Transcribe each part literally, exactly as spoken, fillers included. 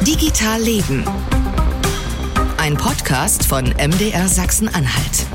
Digital Leben. Ein Podcast von M D R Sachsen-Anhalt.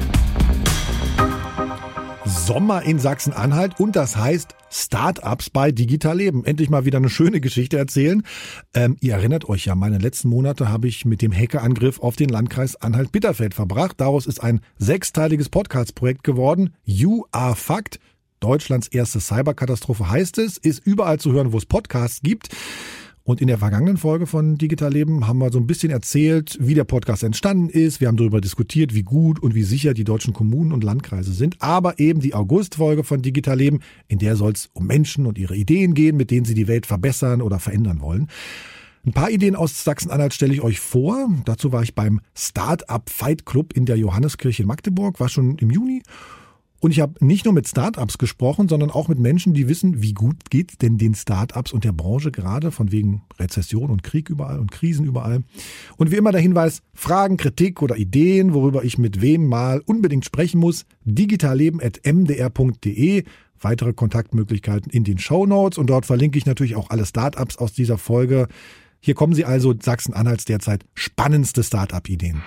Sommer in Sachsen-Anhalt und das heißt Start-ups bei Digital Leben. Endlich mal wieder eine schöne Geschichte erzählen. Ähm, ihr erinnert euch ja, meine letzten Monate habe ich mit dem Hackerangriff auf den Landkreis Anhalt-Bitterfeld verbracht. Daraus ist ein sechsteiliges Podcast-Projekt geworden. You Are Fucked. Deutschlands erste Cyberkatastrophe heißt es. Ist überall zu hören, wo es Podcasts gibt. Und in der vergangenen Folge von Digital Leben haben wir so ein bisschen erzählt, wie der Podcast entstanden ist. Wir haben darüber diskutiert, wie gut und wie sicher die deutschen Kommunen und Landkreise sind. Aber eben die August-Folge von Digital Leben, in der soll es um Menschen und ihre Ideen gehen, mit denen sie die Welt verbessern oder verändern wollen. Ein paar Ideen aus Sachsen-Anhalt stelle ich euch vor. Dazu war ich beim Start-up Fight Club in der Johanneskirche in Magdeburg, war schon im Juni. Und ich habe nicht nur mit Start-ups gesprochen, sondern auch mit Menschen, die wissen, wie gut geht's denn den Start-ups und der Branche gerade, von wegen Rezession und Krieg überall und Krisen überall. Und wie immer der Hinweis, Fragen, Kritik oder Ideen, worüber ich mit wem mal unbedingt sprechen muss, digitalleben at m d r punkt d e. Weitere Kontaktmöglichkeiten in den Shownotes und dort verlinke ich natürlich auch alle Start-ups aus dieser Folge. Hier kommen sie also, Sachsen-Anhalts derzeit spannendste Start-up-Ideen.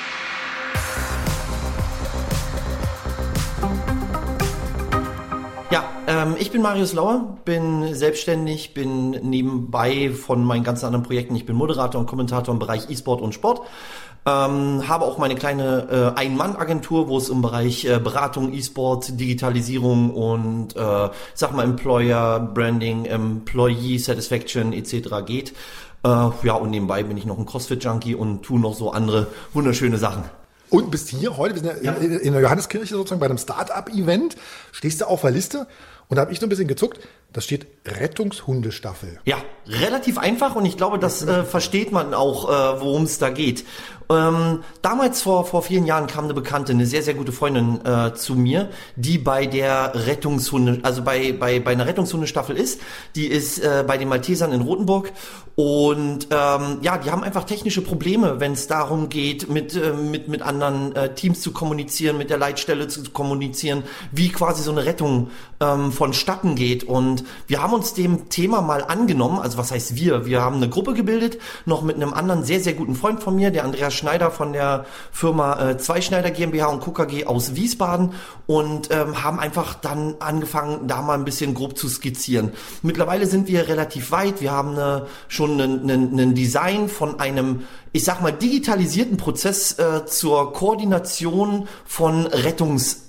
Ja, ähm, ich bin Marius Lauer, bin selbstständig, bin nebenbei von meinen ganzen anderen Projekten, ich bin Moderator und Kommentator im Bereich E-Sport und Sport, ähm, habe auch meine kleine äh, Ein-Mann-Agentur, wo es im Bereich äh, Beratung, E-Sport, Digitalisierung und äh, sag mal Employer, Branding, Employee Satisfaction et cetera geht. Äh, ja, und nebenbei bin ich noch ein CrossFit-Junkie und tue noch so andere wunderschöne Sachen. Und bist hier heute, wir sind ja in, in der Johanneskirche sozusagen bei einem Start-up-Event, stehst du auf der Liste und da habe ich so ein bisschen gezuckt, da steht Rettungshundestaffel. Ja, relativ einfach und ich glaube, das äh, versteht man auch, äh, worum es da geht. Ähm, damals vor vor vielen Jahren kam eine Bekannte, eine sehr, sehr gute Freundin äh, zu mir, die bei der Rettungshunde, also bei bei bei einer Rettungshundestaffel ist. Die ist äh, bei den Maltesern in Rothenburg und ähm, ja, die haben einfach technische Probleme, wenn es darum geht, mit äh, mit mit anderen äh, Teams zu kommunizieren, mit der Leitstelle zu kommunizieren, wie quasi so eine Rettung ähm, vonstatten geht. Und wir haben uns dem Thema mal angenommen, also was heißt wir? Wir haben eine Gruppe gebildet, noch mit einem anderen sehr, sehr guten Freund von mir, der Andreas Schneider von der Firma äh, Zweischneider GmbH und Co. K G aus Wiesbaden und ähm, haben einfach dann angefangen, da mal ein bisschen grob zu skizzieren. Mittlerweile sind wir relativ weit. Wir haben eine, schon ein Design von einem, ich sag mal, digitalisierten Prozess äh, zur Koordination von Rettungs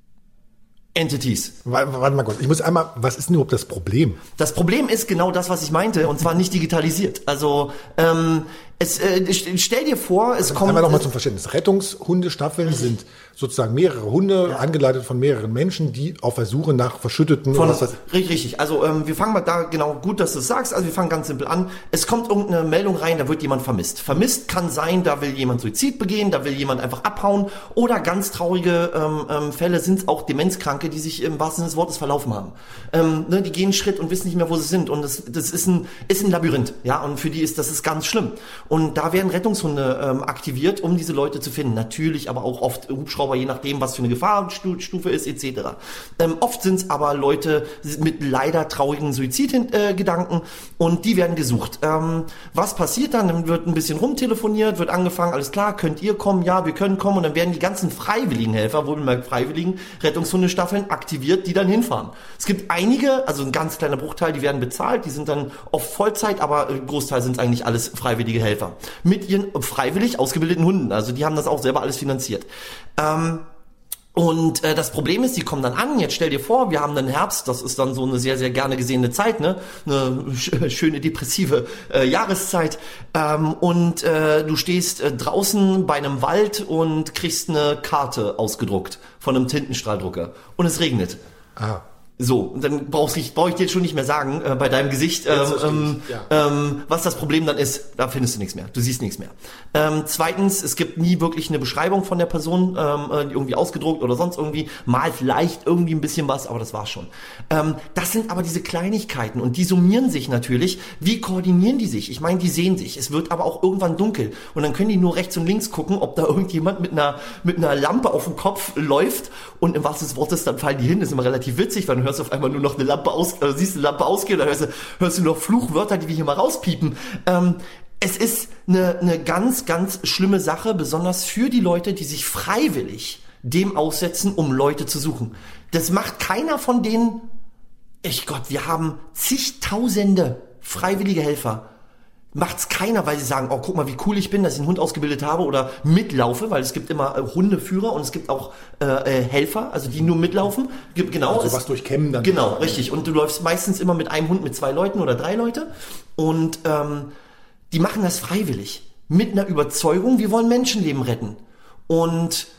Entities. Warte mal kurz, ich muss einmal, was ist denn überhaupt das Problem? Das Problem ist genau das, was ich meinte, und zwar nicht digitalisiert. Also ähm, es, äh, stell dir vor, es also kommt... Einmal nochmal zum Verständnis. Rettungshundestaffeln sind sozusagen mehrere Hunde, ja, angeleitet von mehreren Menschen, die auf der Suche nach verschütteten... Von, oder was richtig, richtig. Also ähm, wir fangen mal da, genau, gut, dass du es sagst, also wir fangen ganz simpel an. Es kommt irgendeine Meldung rein, da wird jemand vermisst. Vermisst kann sein, da will jemand Suizid begehen, da will jemand einfach abhauen oder ganz traurige ähm, ähm, Fälle sind es auch Demenzkranke, die sich im wahrsten Sinne des Wortes verlaufen haben. Ähm, ne, die gehen einen Schritt und wissen nicht mehr, wo sie sind und das, das ist ein, ist ein Labyrinth, ja, und für die ist das ist ganz schlimm. Und da werden Rettungshunde ähm, aktiviert, um diese Leute zu finden. Natürlich aber auch oft Hubschrauber, je nachdem, was für eine Gefahrenstufe ist, et cetera. Ähm, oft sind es aber Leute mit leider traurigen Suizidgedanken äh, und die werden gesucht. Ähm, was passiert dann? Dann wird ein bisschen rumtelefoniert, wird angefangen, alles klar, könnt ihr kommen? Ja, wir können kommen und dann werden die ganzen freiwilligen Helfer, wohlbemerkt freiwilligen Rettungshundestaffeln aktiviert, die dann hinfahren. Es gibt einige, also ein ganz kleiner Bruchteil, die werden bezahlt, die sind dann oft Vollzeit, aber ein Großteil sind eigentlich alles freiwillige Helfer. Mit ihren freiwillig ausgebildeten Hunden, also die haben das auch selber alles finanziert. Ähm, Und äh, das Problem ist, die kommen dann an, jetzt stell dir vor, wir haben dann Herbst, das ist dann so eine sehr, sehr gerne gesehene Zeit, ne, eine sch- schöne depressive äh, Jahreszeit ähm, und äh, du stehst äh, draußen bei einem Wald und kriegst eine Karte ausgedruckt von einem Tintenstrahldrucker und es regnet. Ah. So, und dann brauchst ich, brauche ich dir jetzt schon nicht mehr sagen, äh, bei deinem Gesicht, ähm, ähm, ja. ähm, was das Problem dann ist. Da findest du nichts mehr. Du siehst nichts mehr. Ähm, zweitens, es gibt nie wirklich eine Beschreibung von der Person, ähm, irgendwie ausgedruckt oder sonst irgendwie. Mal vielleicht irgendwie ein bisschen was, aber das war's schon. Ähm, das sind aber diese Kleinigkeiten und die summieren sich natürlich. Wie koordinieren die sich? Ich meine, die sehen sich. Es wird aber auch irgendwann dunkel und dann können die nur rechts und links gucken, ob da irgendjemand mit einer mit einer Lampe auf dem Kopf läuft und im wahrsten Sinne des Wortes, dann fallen die hin. Das ist immer relativ witzig, weil du hörst auf einmal nur noch eine Lampe aus, äh, siehst eine Lampe ausgehen, dann hörst du, hörst du noch Fluchwörter, die wir hier mal rauspiepen. Ähm, es ist eine, eine ganz, ganz schlimme Sache, besonders für die Leute, die sich freiwillig dem aussetzen, um Leute zu suchen. Das macht keiner von denen. Ich Gott, wir haben zigtausende freiwillige Helfer. Macht's keiner, weil sie sagen, oh, guck mal, wie cool ich bin, dass ich einen Hund ausgebildet habe oder mitlaufe, weil es gibt immer äh, Hundeführer und es gibt auch äh, äh, Helfer, also die nur mitlaufen. G- genau. Also es, was durchkämmen dann. Genau, richtig. Und du läufst meistens immer mit einem Hund mit zwei Leuten oder drei Leute und ähm, die machen das freiwillig. Mit einer Überzeugung, wir wollen Menschenleben retten. Und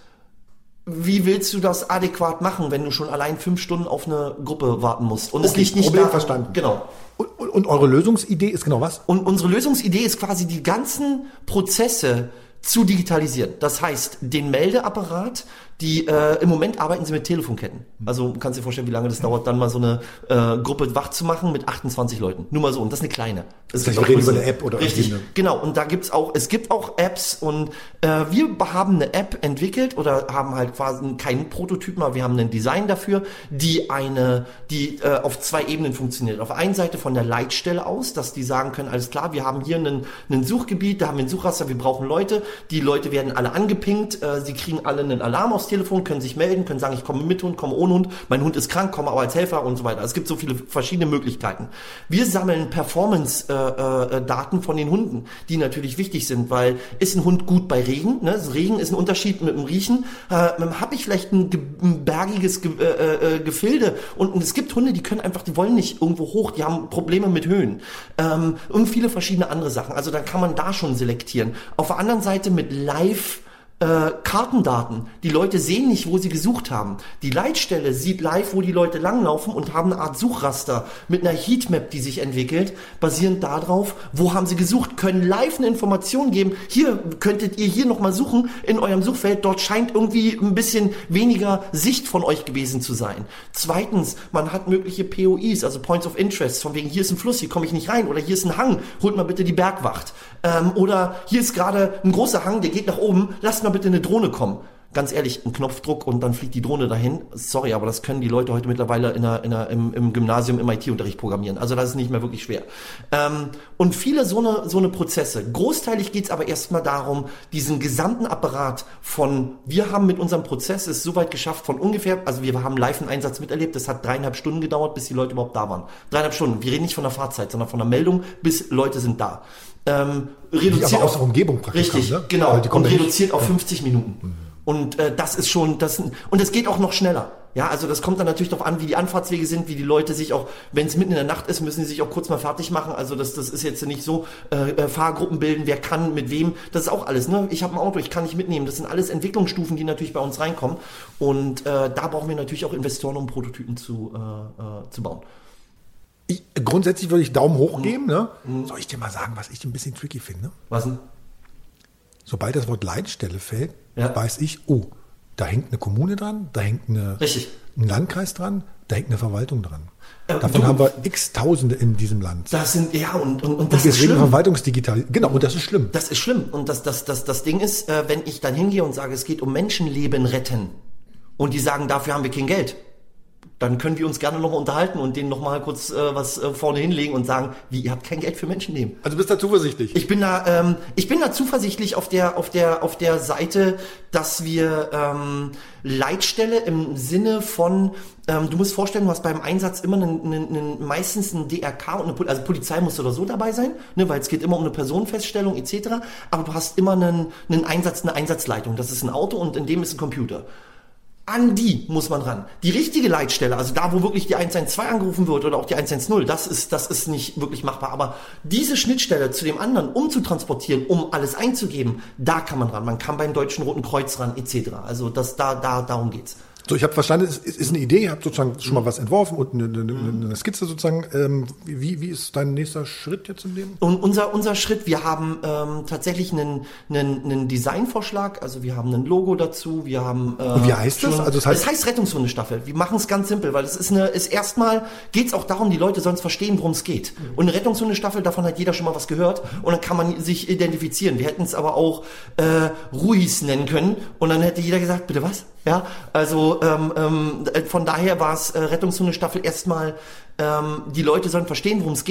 wie willst du das adäquat machen, wenn du schon allein fünf Stunden auf eine Gruppe warten musst? Und okay, es liegt nicht Problem daran, verstanden. Genau. Und, und, und eure Lösungsidee ist genau was? Und unsere Lösungsidee ist quasi, die ganzen Prozesse zu digitalisieren. Das heißt, den Meldeapparat, die äh, im Moment arbeiten sie mit Telefonketten. Also du kannst dir vorstellen, wie lange das dauert, dann mal so eine äh, Gruppe wach zu machen mit achtundzwanzig Leuten. Nur mal so. Und das ist eine kleine. Das heißt, wir reden über eine App oder richtig. Eine... Genau. Und da gibt's auch, es gibt auch Apps und äh, wir haben eine App entwickelt oder haben halt quasi keinen Prototypen, aber wir haben ein Design dafür, die eine, die äh, auf zwei Ebenen funktioniert. Auf der einen Seite von der Leitstelle aus, dass die sagen können, alles klar, wir haben hier einen, einen Suchgebiet, da haben wir ein Suchraster, wir brauchen Leute. Die Leute werden alle angepinkt, äh, sie kriegen alle einen Alarm aufs Telefon, können sich melden, können sagen, ich komme mit Hund, komme ohne Hund, mein Hund ist krank, komme aber als Helfer und so weiter. Es gibt so viele verschiedene Möglichkeiten. Wir sammeln Performance-Daten äh, äh, von den Hunden, die natürlich wichtig sind, weil ist ein Hund gut bei Regen? Ne? Regen ist ein Unterschied mit dem Riechen. Äh, Habe ich vielleicht ein, ge- ein bergiges Ge- äh, äh, Gefilde und, und es gibt Hunde, die können einfach, die wollen nicht irgendwo hoch, die haben Probleme mit Höhen ähm, und viele verschiedene andere Sachen. Also dann kann man da schon selektieren. Auf der anderen Seite mit Live Äh, Kartendaten. Die Leute sehen nicht, wo sie gesucht haben. Die Leitstelle sieht live, wo die Leute langlaufen und haben eine Art Suchraster mit einer Heatmap, die sich entwickelt, basierend darauf, wo haben sie gesucht, können live eine Information geben. Hier könntet ihr hier nochmal suchen in eurem Suchfeld. Dort scheint irgendwie ein bisschen weniger Sicht von euch gewesen zu sein. Zweitens, man hat mögliche P O Is, also Points of Interest, von wegen, hier ist ein Fluss, hier komme ich nicht rein, oder hier ist ein Hang, holt mal bitte die Bergwacht. Ähm, oder hier ist gerade ein großer Hang, der geht nach oben, lasst mal bitte eine Drohne kommen. Ganz ehrlich, ein Knopfdruck und dann fliegt die Drohne dahin. Sorry, aber das können die Leute heute mittlerweile in der, in der, im, im Gymnasium, im I T-Unterricht programmieren. Also das ist nicht mehr wirklich schwer. Ähm, und viele so eine, so eine Prozesse. Großteilig geht's aber erstmal darum, diesen gesamten Apparat von, wir haben mit unserem Prozess es soweit geschafft, von ungefähr, also wir haben live einen Einsatz miterlebt, das hat dreieinhalb Stunden gedauert, bis die Leute überhaupt da waren. Dreieinhalb Stunden. Wir reden nicht von der Fahrzeit, sondern von der Meldung, bis Leute sind da. Ähm, reduziert die aber aus auf, der Umgebung praktisch richtig, haben, ne? genau. Und reduziert nicht, auf fünfzig Minuten. Mhm. Und äh, das ist schon, das und es geht auch noch schneller. Ja, also das kommt dann natürlich darauf an, wie die Anfahrtswege sind, wie die Leute sich auch, wenn es mitten in der Nacht ist, müssen sie sich auch kurz mal fertig machen. Also das, das ist jetzt nicht so, äh, Fahrgruppen bilden, wer kann, mit wem. Das ist auch alles, ne? Ich habe ein Auto, ich kann nicht mitnehmen. Das sind alles Entwicklungsstufen, die natürlich bei uns reinkommen. Und äh, da brauchen wir natürlich auch Investoren, um Prototypen zu, äh, äh, zu bauen. Ich, grundsätzlich würde ich Daumen hoch geben. Ne? Mhm. Soll ich dir mal sagen, was ich ein bisschen tricky finde? Was denn? Sobald das Wort Leitstelle fällt, ja. weiß ich, oh, da hängt eine Kommune dran, da hängt eine, ein Landkreis dran, da hängt eine Verwaltung dran. Äh, Davon du, haben wir x Tausende in diesem Land. Das sind, ja, und, und, und das und ist schlimm. Verwaltungsdigital, genau, und das ist schlimm. Das ist schlimm. Und das, das, das, das Ding ist, äh, wenn ich dann hingehe und sage, es geht um Menschenleben retten und die sagen, dafür haben wir kein Geld, dann können wir uns gerne nochmal unterhalten und denen nochmal kurz äh, was äh, vorne hinlegen und sagen, wie, ihr habt kein Geld für Menschenleben. Also bist du da zuversichtlich? Ich bin da, ähm, ich bin da zuversichtlich auf der, auf der, auf der Seite, dass wir ähm, Leitstelle im Sinne von, ähm, du musst vorstellen, du hast beim Einsatz immer einen, einen, einen, meistens einen D R K und eine Pol- also Polizei muss oder so dabei sein, ne, weil es geht immer um eine Personenfeststellung et cetera. Aber du hast immer einen, einen Einsatz, eine Einsatzleitung. Das ist ein Auto und in dem ist ein Computer. An die muss man ran. Die richtige Leitstelle, also da, wo wirklich die eins eins zwei angerufen wird oder auch die eins eins null, das ist, das ist nicht wirklich machbar. Aber diese Schnittstelle zu dem anderen umzutransportieren, um alles einzugeben, da kann man ran. Man kann beim Deutschen Roten Kreuz ran, et cetera. Also das, da, da, darum geht's. So, ich habe verstanden, es ist eine Idee, ihr habt sozusagen schon mal was entworfen und eine, eine, eine Skizze sozusagen. Ähm, wie, wie ist dein nächster Schritt jetzt im Leben? Und unser, unser Schritt, wir haben ähm, tatsächlich einen, einen, einen Designvorschlag, also wir haben ein Logo dazu, wir haben... Äh, und wie heißt das? Also es heißt, heißt Rettungshundestaffel. Wir machen es ganz simpel, weil es ist eine, ist erstmal, geht es auch darum, die Leute sollen es verstehen, worum es geht. Und eine Rettungshundestaffel, davon hat jeder schon mal was gehört und dann kann man sich identifizieren. Wir hätten es aber auch äh, Ruis nennen können und dann hätte jeder gesagt, bitte was? Ja, also ähm, ähm, von daher war es äh, Rettungshundestaffel erstmal, ähm, die Leute sollen verstehen, worum es geht.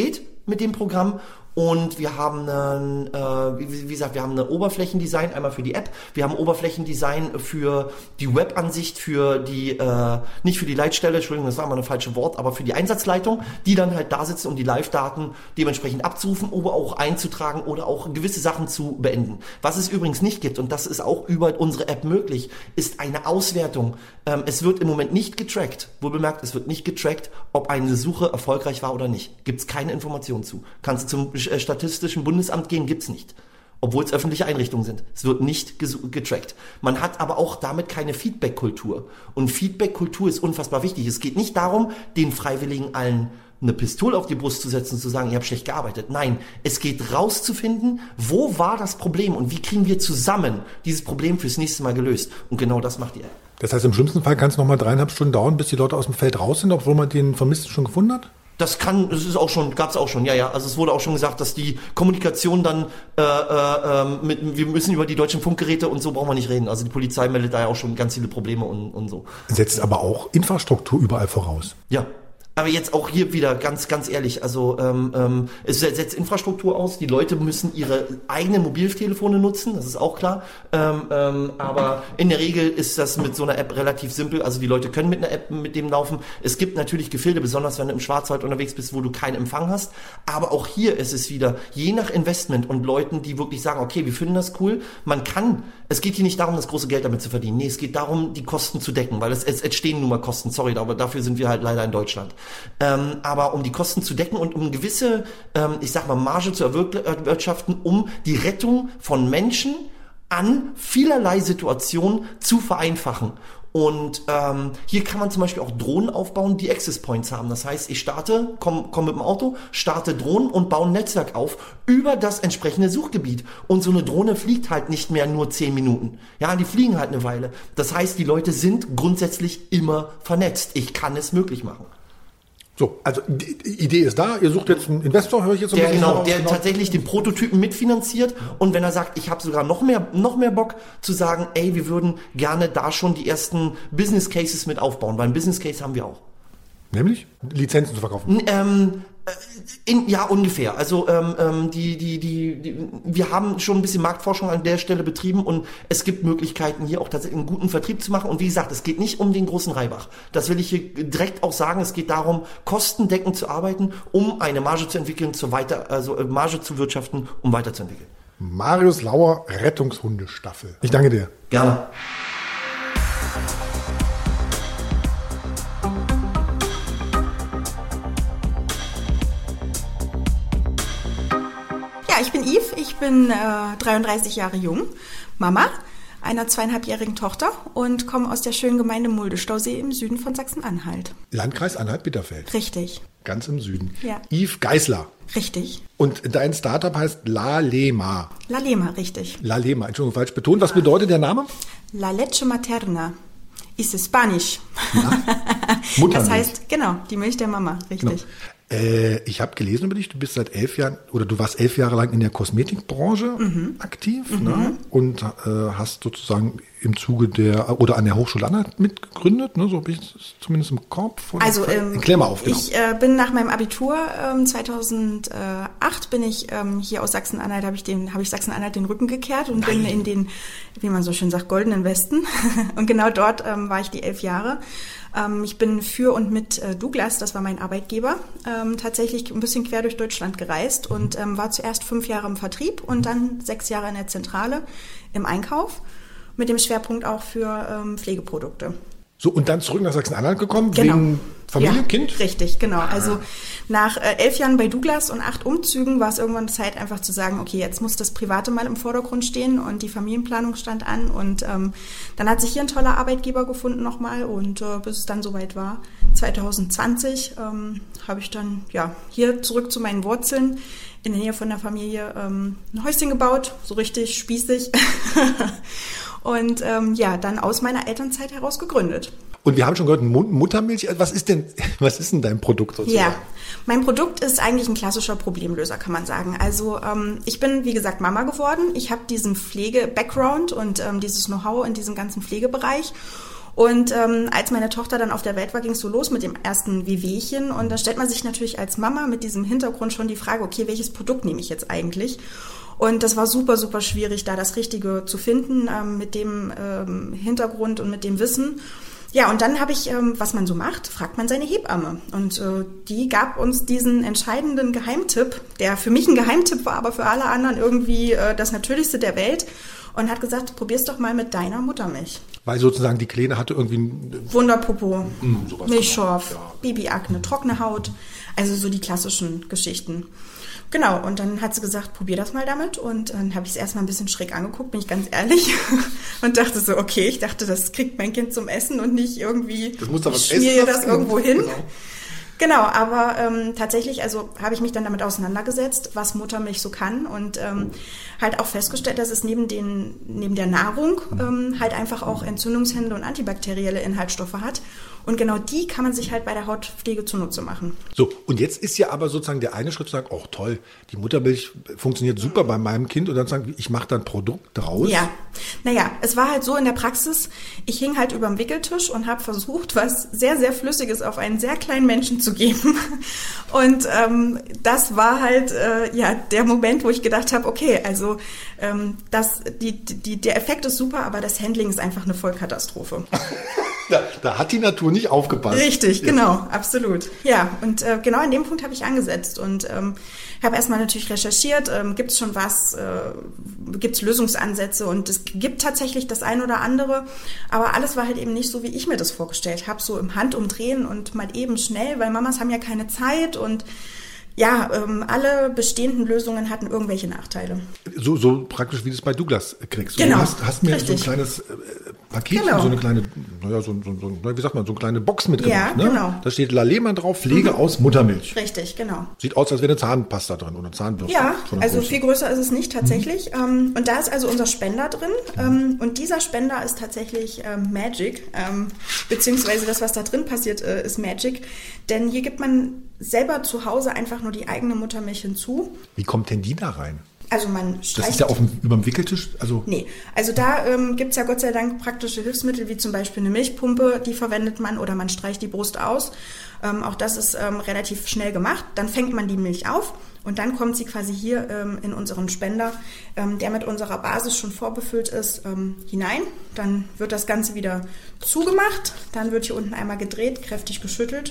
mit dem Programm. Und wir haben, einen, äh, wie, wie gesagt, wir haben eine Oberflächendesign, einmal für die App. Wir haben Oberflächendesign für die Webansicht, für die, äh, nicht für die Leitstelle, Entschuldigung, das war mal ein falsches Wort, aber für die Einsatzleitung, die dann halt da sitzen, um die Live-Daten dementsprechend abzurufen oder auch einzutragen oder auch gewisse Sachen zu beenden. Was es übrigens nicht gibt, und das ist auch über unsere App möglich, ist eine Auswertung. Ähm, es wird im Moment nicht getrackt. Wohl bemerkt, es wird nicht getrackt, ob eine Suche erfolgreich war oder nicht. Gibt es keine Informationen zu. Kannst du zum Statistischen Bundesamt gehen, gibt's nicht. Obwohl es öffentliche Einrichtungen sind. Es wird nicht getrackt. Man hat aber auch damit keine Feedback-Kultur. Und Feedback-Kultur ist unfassbar wichtig. Es geht nicht darum, den Freiwilligen allen eine Pistole auf die Brust zu setzen und zu sagen, ihr habt schlecht gearbeitet. Nein, es geht rauszufinden, wo war das Problem und wie kriegen wir zusammen dieses Problem fürs nächste Mal gelöst. Und genau das macht die App. Das heißt, im schlimmsten Fall kann es nochmal dreieinhalb Stunden dauern, bis die Leute aus dem Feld raus sind, obwohl man den Vermissten schon gefunden hat? Das kann, das ist auch schon, gab's auch schon, ja, ja. Also es wurde auch schon gesagt, dass die Kommunikation dann, äh, äh, mit, wir müssen über die deutschen Funkgeräte und so brauchen wir nicht reden. Also die Polizei meldet da ja auch schon ganz viele Probleme und, und so. Setzt aber auch Infrastruktur überall voraus. Ja. Aber jetzt auch hier wieder ganz, ganz ehrlich, also ähm, ähm, es setzt Infrastruktur aus, die Leute müssen ihre eigenen Mobiltelefone nutzen, das ist auch klar, ähm, ähm, aber in der Regel ist das mit so einer App relativ simpel, also die Leute können mit einer App mit dem laufen. Es gibt natürlich Gefilde, besonders wenn du im Schwarzwald unterwegs bist, wo du keinen Empfang hast, aber auch hier ist es wieder, je nach Investment und Leuten, die wirklich sagen, okay, wir finden das cool, man kann, es geht hier nicht darum, das große Geld damit zu verdienen, nee, es geht darum, die Kosten zu decken, weil es, es entstehen nun mal Kosten, sorry, aber dafür sind wir halt leider in Deutschland. Ähm, aber um die Kosten zu decken und um gewisse, ähm, ich sag mal, Marge zu erwirtschaften, um die Rettung von Menschen an vielerlei Situationen zu vereinfachen. Und ähm, hier kann man zum Beispiel auch Drohnen aufbauen, die Access Points haben. Das heißt, ich starte, komme komm mit dem Auto, starte Drohnen und baue ein Netzwerk auf über das entsprechende Suchgebiet. Und so eine Drohne fliegt halt nicht mehr nur zehn Minuten. Ja, die fliegen halt eine Weile. Das heißt, die Leute sind grundsätzlich immer vernetzt. Ich kann es möglich machen. So, also die Idee ist da, ihr sucht jetzt einen Investor, höre ich jetzt so ein der, bisschen genau, raus, der genau. tatsächlich den Prototypen mitfinanziert und wenn er sagt, ich habe sogar noch mehr noch mehr Bock zu sagen, ey, wir würden gerne da schon die ersten Business Cases mit aufbauen, weil ein Business Case haben wir auch. Nämlich? Lizenzen zu verkaufen? Ähm, in, ja, ungefähr. Also ähm, die, die, die, die, wir haben schon ein bisschen Marktforschung an der Stelle betrieben und es gibt Möglichkeiten, hier auch tatsächlich einen guten Vertrieb zu machen. Und wie gesagt, es geht nicht um den großen Reibach. Das will ich hier direkt auch sagen. Es geht darum, kostendeckend zu arbeiten, um eine Marge zu entwickeln, zu weiter, also Marge zu wirtschaften, um weiterzuentwickeln. Marius Lauer, Rettungshundestaffel. Ich danke dir. Gerne. Ich bin Yves, ich bin äh, dreiunddreißig Jahre jung, Mama einer zweieinhalbjährigen Tochter und komme aus der schönen Gemeinde Mulde-Stausee im Süden von Sachsen-Anhalt. Landkreis Anhalt-Bitterfeld. Richtig. Ganz im Süden. Ja. Yves Geisler. Richtig. Und dein Startup heißt La Lema. La Lema, richtig. La Lema, Entschuldigung, falsch betont. Was bedeutet der Name? La leche materna. Ist Spanisch. Ja. Muttermilch. Das heißt, genau, die Milch der Mama, richtig. Genau. Äh, ich habe gelesen über dich, du bist seit elf Jahren, oder du warst elf Jahre lang in der Kosmetikbranche mhm. aktiv, mhm. Ne? Und äh, hast sozusagen im Zuge der, oder an der Hochschule Anhalt mitgegründet, ne? So habe ich es zumindest im Kopf. Oder? Also, ähm, klär mal auf, genau. Ich äh, bin nach meinem Abitur ähm, zweitausendacht bin ich ähm, hier aus Sachsen-Anhalt, habe ich den, habe ich Sachsen-Anhalt den Rücken gekehrt und Nein. bin in den, wie man so schön sagt, goldenen Westen. Und genau dort ähm, war ich die elf Jahre. Ähm, ich bin für und mit äh, Douglas, das war mein Arbeitgeber, ähm, tatsächlich ein bisschen quer durch Deutschland gereist und ähm, war zuerst fünf Jahre im Vertrieb und dann sechs Jahre in der Zentrale im Einkauf. Mit dem Schwerpunkt auch für ähm, Pflegeprodukte. So, und dann zurück nach Sachsen-Anhalt gekommen, genau. Wegen Familie, ja, Kind? Richtig, genau. Also nach äh, elf Jahren bei Douglas und acht Umzügen war es irgendwann Zeit, einfach zu sagen, okay, jetzt muss das Private mal im Vordergrund stehen und die Familienplanung stand an. Und ähm, dann hat sich hier ein toller Arbeitgeber gefunden nochmal und äh, bis es dann soweit war, zwanzig zwanzig, ähm, habe ich dann ja hier zurück zu meinen Wurzeln in der Nähe von der Familie ähm, ein Häuschen gebaut, so richtig spießig. Und ähm, ja, dann aus meiner Elternzeit heraus gegründet. Und wir haben schon gehört, Muttermilch, was ist denn, was ist denn dein Produkt sozusagen? Ja, mein Produkt ist eigentlich ein klassischer Problemlöser, kann man sagen. Also ähm, ich bin, wie gesagt, Mama geworden. Ich habe diesen Pflege-Background und ähm, dieses Know-how in diesem ganzen Pflegebereich. Und ähm, als meine Tochter dann auf der Welt war, ging es so los mit dem ersten Wehwehchen. Und da stellt man sich natürlich als Mama mit diesem Hintergrund schon die Frage, okay, welches Produkt nehme ich jetzt eigentlich? Und das war super, super schwierig, da das Richtige zu finden ähm, mit dem ähm, Hintergrund und mit dem Wissen. Ja, und dann habe ich, ähm, was man so macht, fragt man seine Hebamme. Und äh, die gab uns diesen entscheidenden Geheimtipp, der für mich ein Geheimtipp war, aber für alle anderen irgendwie äh, das Natürlichste der Welt. Und hat gesagt, probier's doch mal mit deiner Muttermilch. Weil sozusagen die Kleine hatte irgendwie ein Wunderpopo, mm, sowas Milchschorf, ja. Babyakne, trockene Haut, also so die klassischen Geschichten. Genau, und dann hat sie gesagt, probier das mal damit. Und dann habe ich es erstmal ein bisschen schräg angeguckt, bin ich ganz ehrlich. Und dachte so, okay, ich dachte, das kriegt mein Kind zum Essen und nicht irgendwie, das muss da was ich schmiere essen, das irgendwo hin. Genau. Genau, aber ähm, tatsächlich, also habe ich mich dann damit auseinandergesetzt, was Muttermilch so kann und ähm, halt auch festgestellt, dass es neben den neben der Nahrung ähm, halt einfach auch entzündungshemmende und antibakterielle Inhaltsstoffe hat. Und genau die kann man sich halt bei der Hautpflege zunutze machen. So, und jetzt ist ja aber sozusagen der eine Schritt zu sagen, oh toll, die Muttermilch funktioniert super bei meinem Kind und dann sagen, ich mache da ein Produkt draus. Ja, naja, es war halt so in der Praxis, ich hing halt überm Wickeltisch und habe versucht, was sehr, sehr Flüssiges auf einen sehr kleinen Menschen zu geben. Und ähm, das war halt äh, ja der Moment, wo ich gedacht habe, okay, also ähm, das, die, die, der Effekt ist super, aber das Handling ist einfach eine Vollkatastrophe. Da, da hat die Natur nicht aufgepasst. Richtig, ja. Genau, absolut. Ja, und äh, genau an dem Punkt habe ich angesetzt und ähm, habe erstmal natürlich recherchiert, ähm, gibt es schon was, äh, gibt es Lösungsansätze und es gibt tatsächlich das ein oder andere, aber alles war halt eben nicht so, wie ich mir das vorgestellt habe, so im Handumdrehen und mal eben schnell, weil Mamas haben ja keine Zeit und ja, ähm, alle bestehenden Lösungen hatten irgendwelche Nachteile. So, so praktisch, wie du es bei Douglas kriegst. Genau. Du hast, hast mir Richtig. so ein kleines äh, Paket, Genau. so eine kleine, naja, so, so, so, wie sagt man, so eine kleine Box mitgebracht. Ja, ne? genau. Da steht La Lehmann drauf, Pflege mhm. aus Muttermilch. Richtig, genau. Sieht aus, als wäre eine Zahnpasta drin oder Zahnbürste. Ja, von der also Größe. viel größer ist es nicht tatsächlich. Mhm. Und da ist also unser Spender drin. Mhm. Und dieser Spender ist tatsächlich ähm, Magic. Ähm, beziehungsweise das, was da drin passiert, äh, ist Magic. Denn hier gibt man selber zu Hause einfach nur die eigene Muttermilch hinzu. Wie kommt denn die da rein? Also man streicht... Das ist ja auf dem, über dem Wickeltisch? Also Nee, also da ähm, gibt es ja Gott sei Dank praktische Hilfsmittel, wie zum Beispiel eine Milchpumpe, die verwendet man, oder man streicht die Brust aus. Ähm, auch das ist ähm, relativ schnell gemacht. Dann fängt man die Milch auf und dann kommt sie quasi hier ähm, in unseren Spender, ähm, der mit unserer Basis schon vorbefüllt ist, ähm, hinein. Dann wird das Ganze wieder zugemacht, dann wird hier unten einmal gedreht, kräftig geschüttelt.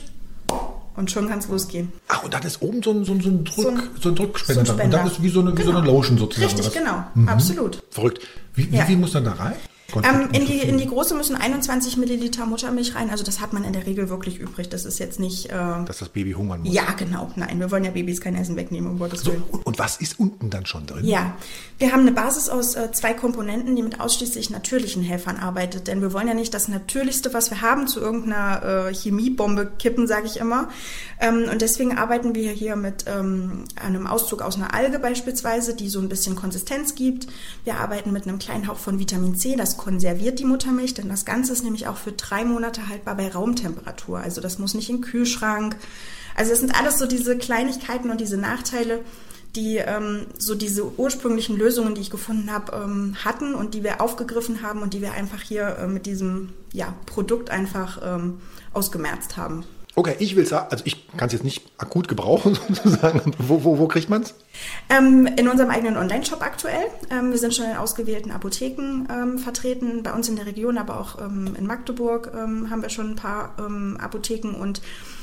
Und schon kann es losgehen. Ach, und dann ist oben so ein, so ein, so ein, Drück, so ein, so ein Drückspender. So ein und dann ist wie so eine, genau. wie so eine Lotion sozusagen. Richtig, was? genau. Mhm. Absolut. Verrückt. Wie, wie Ja. viel muss dann da rein? Gott, Ähm, in, so die, viel. in die große müssen einundzwanzig Milliliter Muttermilch rein. Also das hat man in der Regel wirklich übrig. Das ist jetzt nicht... Äh, Dass das Baby hungern muss. ja, genau. Nein, wir wollen ja Babys kein Essen wegnehmen, um Gottes So, Willen. und, und was ist unten dann schon drin? Ja, wir haben eine Basis aus äh, zwei Komponenten, die mit ausschließlich natürlichen Helfern arbeitet. Denn wir wollen ja nicht das Natürlichste, was wir haben, zu irgendeiner äh, Chemiebombe kippen, sage ich immer. Ähm, und deswegen arbeiten wir hier mit ähm, einem Auszug aus einer Alge beispielsweise, die so ein bisschen Konsistenz gibt. Wir arbeiten mit einem kleinen Hauch von Vitamin C, das konserviert die Muttermilch, denn das Ganze ist nämlich auch für drei Monate haltbar bei Raumtemperatur. Also das muss nicht in den Kühlschrank. Also das sind alles so diese Kleinigkeiten und diese Nachteile, die ähm, so diese ursprünglichen Lösungen, die ich gefunden habe, ähm, hatten und die wir aufgegriffen haben und die wir einfach hier äh, mit diesem ja, Produkt einfach ähm, ausgemerzt haben. Okay, ich will sagen, also ich kann es jetzt nicht akut gebrauchen sozusagen. Wo, wo, wo kriegt man es? Ähm, in unserem eigenen Online-Shop aktuell. Ähm, wir sind schon in ausgewählten Apotheken ähm, vertreten, bei uns in der Region, aber auch ähm, in Magdeburg ähm, haben wir schon ein paar ähm, Apotheken und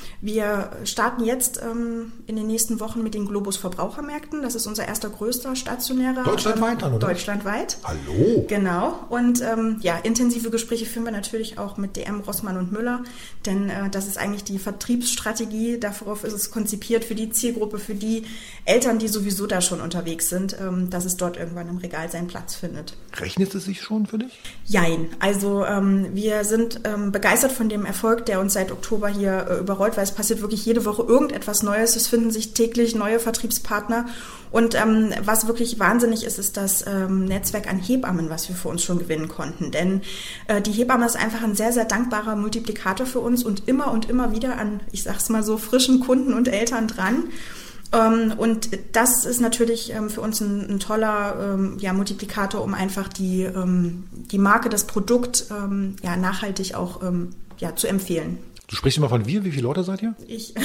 wir starten jetzt ähm, in den nächsten Wochen mit den Globus Verbrauchermärkten. Das ist unser erster größter stationärer. Deutschlandweit dann, oder? Deutschlandweit. Hallo? Genau. Und ähm, ja, intensive Gespräche führen wir natürlich auch mit D M, Rossmann und Müller, denn äh, das ist eigentlich die Vertriebsstrategie. Darauf ist es konzipiert für die Zielgruppe, für die Eltern, die sowieso da schon unterwegs sind, ähm, dass es dort irgendwann im Regal seinen Platz findet. Rechnet es sich schon für dich? Jein. Also ähm, wir sind ähm, begeistert von dem Erfolg, der uns seit Oktober hier äh, überrollt, weil es passiert wirklich jede Woche irgendetwas Neues. Es finden sich täglich neue Vertriebspartner. Und ähm, was wirklich wahnsinnig ist, ist das ähm, Netzwerk an Hebammen, was wir für uns schon gewinnen konnten. Denn äh, die Hebamme ist einfach ein sehr, sehr dankbarer Multiplikator für uns und immer und immer wieder an, ich sag's mal so, frischen Kunden und Eltern dran. Ähm, und das ist natürlich ähm, für uns ein, ein toller ähm, ja, Multiplikator, um einfach die, ähm, die Marke, das Produkt ähm, ja, nachhaltig auch ähm, ja, zu empfehlen. Du sprichst immer von wir, wie viele Leute seid ihr? Ich,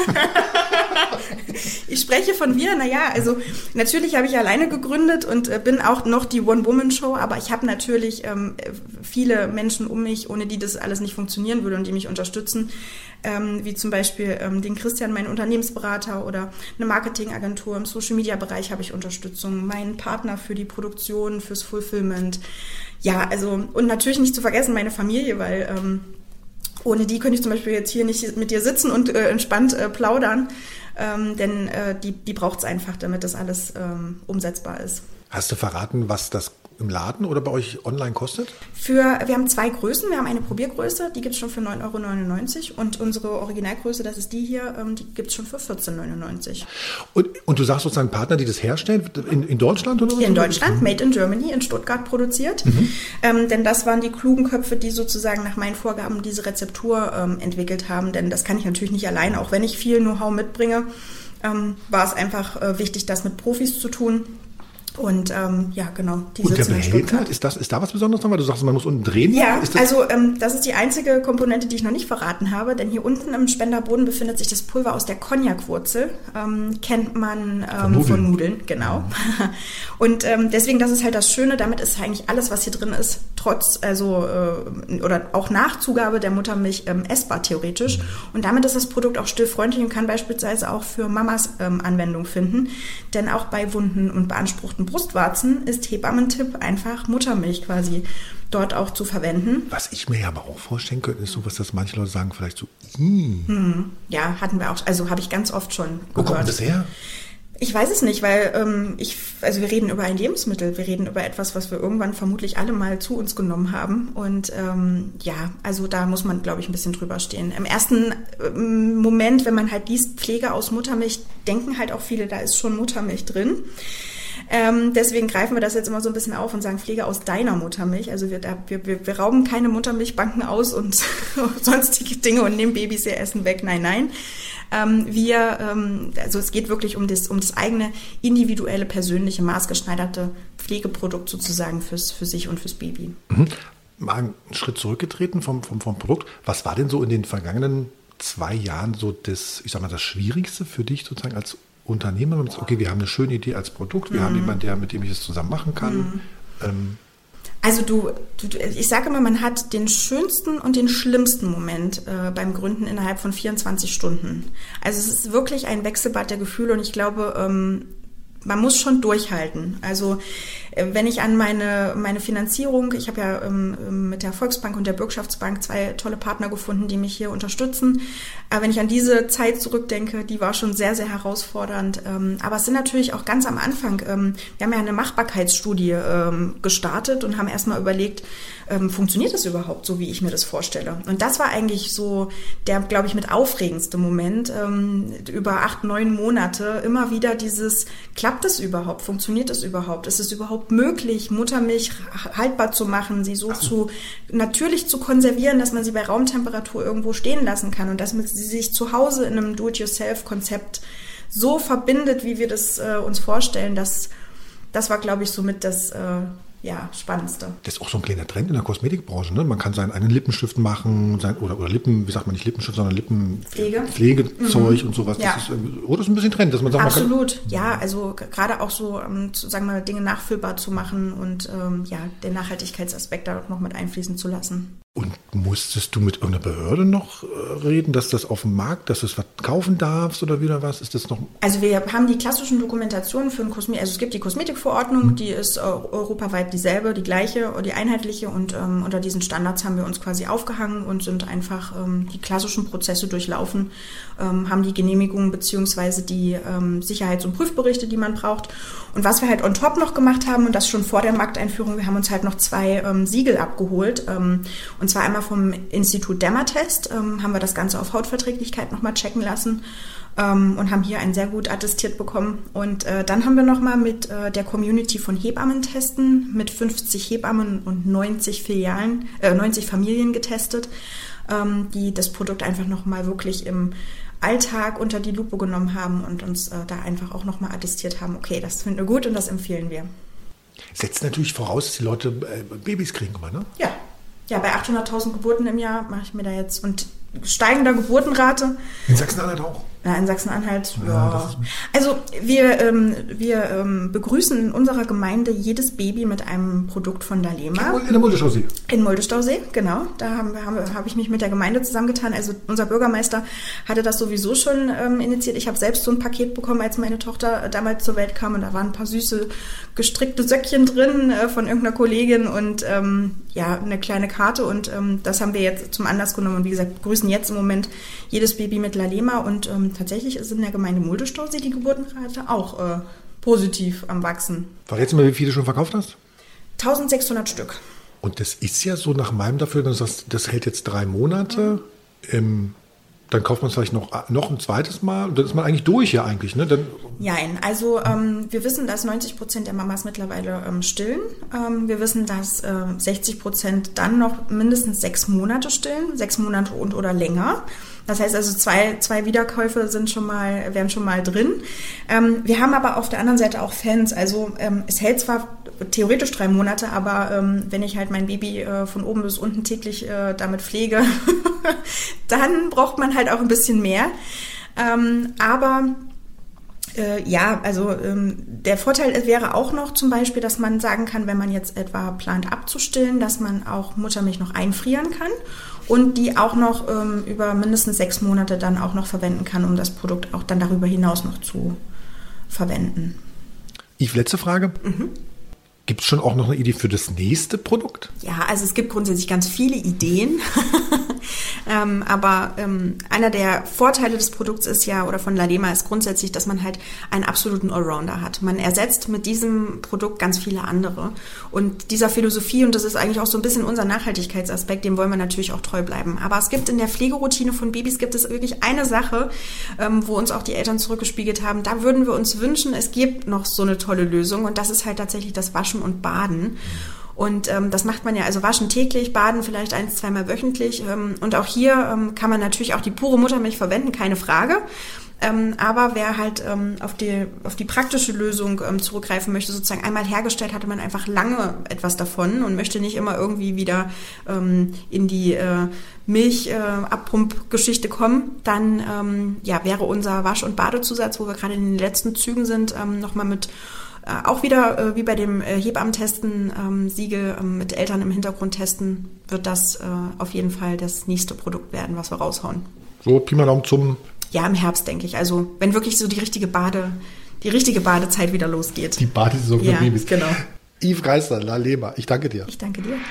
ich spreche von wir, naja, also natürlich habe ich alleine gegründet und äh, bin auch noch die One-Woman-Show, aber ich habe natürlich ähm, viele Menschen um mich, ohne die das alles nicht funktionieren würde und die mich unterstützen, ähm, wie zum Beispiel ähm, den Christian, meinen Unternehmensberater, oder eine Marketingagentur. Im Social-Media-Bereich habe ich Unterstützung, meinen Partner für die Produktion, fürs Fulfillment. Ja, also und natürlich nicht zu vergessen meine Familie, weil ähm, ohne die könnte ich zum Beispiel jetzt hier nicht mit dir sitzen und äh, entspannt äh, plaudern, ähm, denn äh, die, die braucht es einfach, damit das alles ähm, umsetzbar ist. Hast du verraten, was das im Laden oder bei euch online kostet? Für, wir haben zwei Größen. Wir haben eine Probiergröße, die gibt es schon für neun Euro neunundneunzig, und unsere Originalgröße, das ist die hier, ähm, die gibt es schon für vierzehn Euro neunundneunzig. Und, und du sagst sozusagen Partner, die das herstellen, in, in Deutschland oder was? In Deutschland, made in Germany, in Stuttgart produziert. Mhm. Ähm, denn das waren die klugen Köpfe, die sozusagen nach meinen Vorgaben diese Rezeptur ähm, entwickelt haben. Denn das kann ich natürlich nicht allein, auch wenn ich viel Know-how mitbringe, ähm, war es einfach äh, wichtig, das mit Profis zu tun. Und ähm, ja, genau, die Und der sitzen in Behälter, Stuttgart. ist, das, ist da was Besonderes dran, weil du sagst, man muss unten drehen? Ja, ist das also ähm, das ist die einzige Komponente, die ich noch nicht verraten habe, denn hier unten im Spenderboden befindet sich das Pulver aus der Cognac-Wurzel. Ähm, kennt man ähm, von, Nudeln. von Nudeln, genau. Mhm. Und ähm, deswegen, das ist halt das Schöne, damit ist eigentlich alles, was hier drin ist, trotz, also äh, oder auch nach Zugabe der Muttermilch ähm, essbar theoretisch. Mhm. Und damit ist das Produkt auch stillfreundlich und kann beispielsweise auch für Mamas ähm, Anwendung finden. Denn auch bei wunden und beanspruchten Brustwarzen ist Hebammentipp einfach Muttermilch quasi dort auch zu verwenden. Was ich mir ja aber auch vorstellen könnte, ist sowas, dass manche Leute sagen, vielleicht so, mm. hm, ja, hatten wir auch, also habe ich ganz oft schon gehört. Wo kommt das her? Ich weiß es nicht, weil ähm, ich, also wir reden über ein Lebensmittel, wir reden über etwas, was wir irgendwann vermutlich alle mal zu uns genommen haben. Und ähm, ja, also da muss man, glaube ich, ein bisschen drüber stehen. Im ersten ähm, Moment, wenn man halt liest, Pflege aus Muttermilch, denken halt auch viele, da ist schon Muttermilch drin. Ähm, deswegen greifen wir das jetzt immer so ein bisschen auf und sagen Pflege aus deiner Muttermilch. Also wir, wir, wir, wir rauben keine Muttermilchbanken aus und sonstige Dinge und nehmen Babys ihr Essen weg. Nein, nein. Ähm, wir, ähm, also es geht wirklich um das, um das eigene individuelle, persönliche, maßgeschneiderte Pflegeprodukt sozusagen fürs, für sich und fürs Baby. Mhm. Mal einen Schritt zurückgetreten vom, vom, vom Produkt. Was war denn so in den vergangenen zwei Jahren so das, ich sag mal, das Schwierigste für dich sozusagen als Unternehmer? Und okay, wir haben eine schöne Idee als Produkt, wir mhm. haben jemanden, der, mit dem ich es zusammen machen kann. Mhm. Ähm, Also du, du, ich sage immer, man hat den schönsten und den schlimmsten Moment äh, beim Gründen innerhalb von vierundzwanzig Stunden. Also es ist wirklich ein Wechselbad der Gefühle, und ich glaube, ähm, man muss schon durchhalten. Also äh, wenn ich an meine meine Finanzierung, ich habe ja ähm, mit der Volksbank und der Bürgschaftsbank zwei tolle Partner gefunden, die mich hier unterstützen. Aber wenn ich an diese Zeit zurückdenke, die war schon sehr, sehr herausfordernd. Ähm, aber es sind natürlich auch ganz am Anfang, ähm, wir haben ja eine Machbarkeitsstudie ähm, gestartet und haben erstmal überlegt, ähm, funktioniert das überhaupt so, wie ich mir das vorstelle? Und das war eigentlich so der, glaube ich, mit aufregendste Moment. Ähm, über acht, neun Monate immer wieder dieses, klappt es überhaupt? Funktioniert es überhaupt? Ist es überhaupt möglich, Muttermilch haltbar zu machen, sie so zu natürlich zu konservieren, dass man sie bei Raumtemperatur irgendwo stehen lassen kann und dass man sie sich zu Hause in einem Do-it-yourself-Konzept so verbindet, wie wir das äh, uns vorstellen? Das, das war, glaube ich, somit das äh, ja, Spannendste. Das ist auch so ein kleiner Trend in der Kosmetikbranche. Ne? Man kann seinen eigenen Lippenstift machen, sein, oder, oder Lippen, wie sagt man nicht Lippenstift, sondern Lippenpflege, Pflegezeug mhm. und sowas. Ja. Das ist, oh, das ist ein bisschen Trend, dass man sagt, absolut, man kann, ja, also gerade auch so, um, sagen wir mal, Dinge nachfüllbar zu machen und ähm, ja, den Nachhaltigkeitsaspekt da noch mit einfließen zu lassen. Und musstest du mit irgendeiner Behörde noch äh, reden, dass das auf dem Markt, dass du es verkaufen darfst oder wieder was? Ist das noch? Also wir haben die klassischen Dokumentationen für ein Kosmetik, also es gibt die Kosmetikverordnung, mhm. die ist äh, europaweit dieselbe, die gleiche, die einheitliche, und ähm, unter diesen Standards haben wir uns quasi aufgehangen und sind einfach ähm, die klassischen Prozesse durchlaufen, ähm, haben die Genehmigungen beziehungsweise die ähm, Sicherheits- und Prüfberichte, die man braucht. Und was wir halt on top noch gemacht haben, und das schon vor der Markteinführung, wir haben uns halt noch zwei ähm, Siegel abgeholt. Ähm, Und zwar einmal vom Institut Dermatest ähm, haben wir das Ganze auf Hautverträglichkeit nochmal checken lassen ähm, und haben hier einen sehr gut attestiert bekommen. Und äh, dann haben wir nochmal mit äh, der Community von Hebammentesten mit fünfzig Hebammen und neunzig Filialen, äh, neunzig Familien getestet, ähm, die das Produkt einfach nochmal wirklich im Alltag unter die Lupe genommen haben und uns äh, da einfach auch nochmal attestiert haben, okay, das finden wir gut und das empfehlen wir. Setzt natürlich voraus, dass die Leute äh, Babys kriegen immer, ne? Ja. Ja, bei achthunderttausend Geburten im Jahr mache ich mir da jetzt und steigender Geburtenrate. In Sachsen-Anhalt auch? Ja, in Sachsen-Anhalt, ja. ja. Also wir, ähm, wir ähm, begrüßen in unserer Gemeinde jedes Baby mit einem Produkt von D'Alema. In der Muldenstausee? In Muldenstausee, genau. Da haben, haben, habe ich mich mit der Gemeinde zusammengetan. Also unser Bürgermeister hatte das sowieso schon ähm, initiiert. Ich habe selbst so ein Paket bekommen, als meine Tochter damals zur Welt kam. Und da waren ein paar süße gestrickte Söckchen drin äh, von irgendeiner Kollegin und ähm, ja, eine kleine Karte. Und ähm, das haben wir jetzt zum Anlass genommen. Und wie gesagt, begrüßen jetzt im Moment jedes Baby mit D'Alema. Und ähm, tatsächlich ist in der Gemeinde Muldenstausee die Geburtenrate auch äh, positiv am Wachsen. Verrätst du mal, wie viele du schon verkauft hast? eintausendsechshundert Stück. Und das ist ja so nach meinem Dafürhalten, das, das hält jetzt drei Monate. Mhm. Ähm, dann kauft man es vielleicht noch, noch ein zweites Mal und dann ist man eigentlich durch ja eigentlich, ne? Dann Nein, also ähm, wir wissen, dass neunzig Prozent der Mamas mittlerweile ähm, stillen. Ähm, wir wissen, dass äh, sechzig Prozent dann noch mindestens sechs Monate stillen, sechs Monate und oder länger. Das heißt also, zwei, zwei Wiederkäufe sind schon mal, wären schon mal drin. Ähm, wir haben aber auf der anderen Seite auch Fans. Also ähm, es hält zwar theoretisch drei Monate, aber ähm, wenn ich halt mein Baby äh, von oben bis unten täglich äh, damit pflege, dann braucht man halt auch ein bisschen mehr. Ähm, aber Äh, ja, also ähm, der Vorteil wäre auch noch zum Beispiel, dass man sagen kann, wenn man jetzt etwa plant abzustillen, dass man auch Muttermilch noch einfrieren kann und die auch noch ähm, über mindestens sechs Monate dann auch noch verwenden kann, um das Produkt auch dann darüber hinaus noch zu verwenden. Yves, letzte Frage. Mhm. Gibt es schon auch noch eine Idee für das nächste Produkt? Ja, also es gibt grundsätzlich ganz viele Ideen. ähm, aber ähm, einer der Vorteile des Produkts ist ja, oder von D'Alema ist grundsätzlich, dass man halt einen absoluten Allrounder hat. Man ersetzt mit diesem Produkt ganz viele andere. Und dieser Philosophie, und das ist eigentlich auch so ein bisschen unser Nachhaltigkeitsaspekt, dem wollen wir natürlich auch treu bleiben. Aber es gibt in der Pflegeroutine von Babys gibt es wirklich eine Sache, ähm, wo uns auch die Eltern zurückgespiegelt haben, da würden wir uns wünschen, es gibt noch so eine tolle Lösung. Und das ist halt tatsächlich das Waschen und Baden. Und ähm, das macht man ja, also waschen täglich, baden vielleicht ein-, zweimal wöchentlich. Ähm, und auch hier ähm, kann man natürlich auch die pure Muttermilch verwenden, keine Frage. Ähm, aber wer halt ähm, auf die auf die praktische Lösung ähm, zurückgreifen möchte, sozusagen einmal hergestellt, hatte man einfach lange etwas davon und möchte nicht immer irgendwie wieder ähm, in die äh, Milchabpumpgeschichte äh, kommen, dann ähm, ja wäre unser Wasch- und Badezusatz, wo wir gerade in den letzten Zügen sind, ähm, nochmal mit Äh, auch wieder äh, wie bei dem äh, Hebammentesten, ähm, Siegel ähm, mit Eltern im Hintergrund testen, wird das äh, auf jeden Fall das nächste Produkt werden, was wir raushauen. So, Pi mal Daumen zum... Ja, im Herbst, denke ich. Also wenn wirklich so die richtige Bade, die richtige Badezeit wieder losgeht. Die Badesaison für ja, Babys. Genau. Yves Reißler, D'Alema, ich danke dir. Ich danke dir.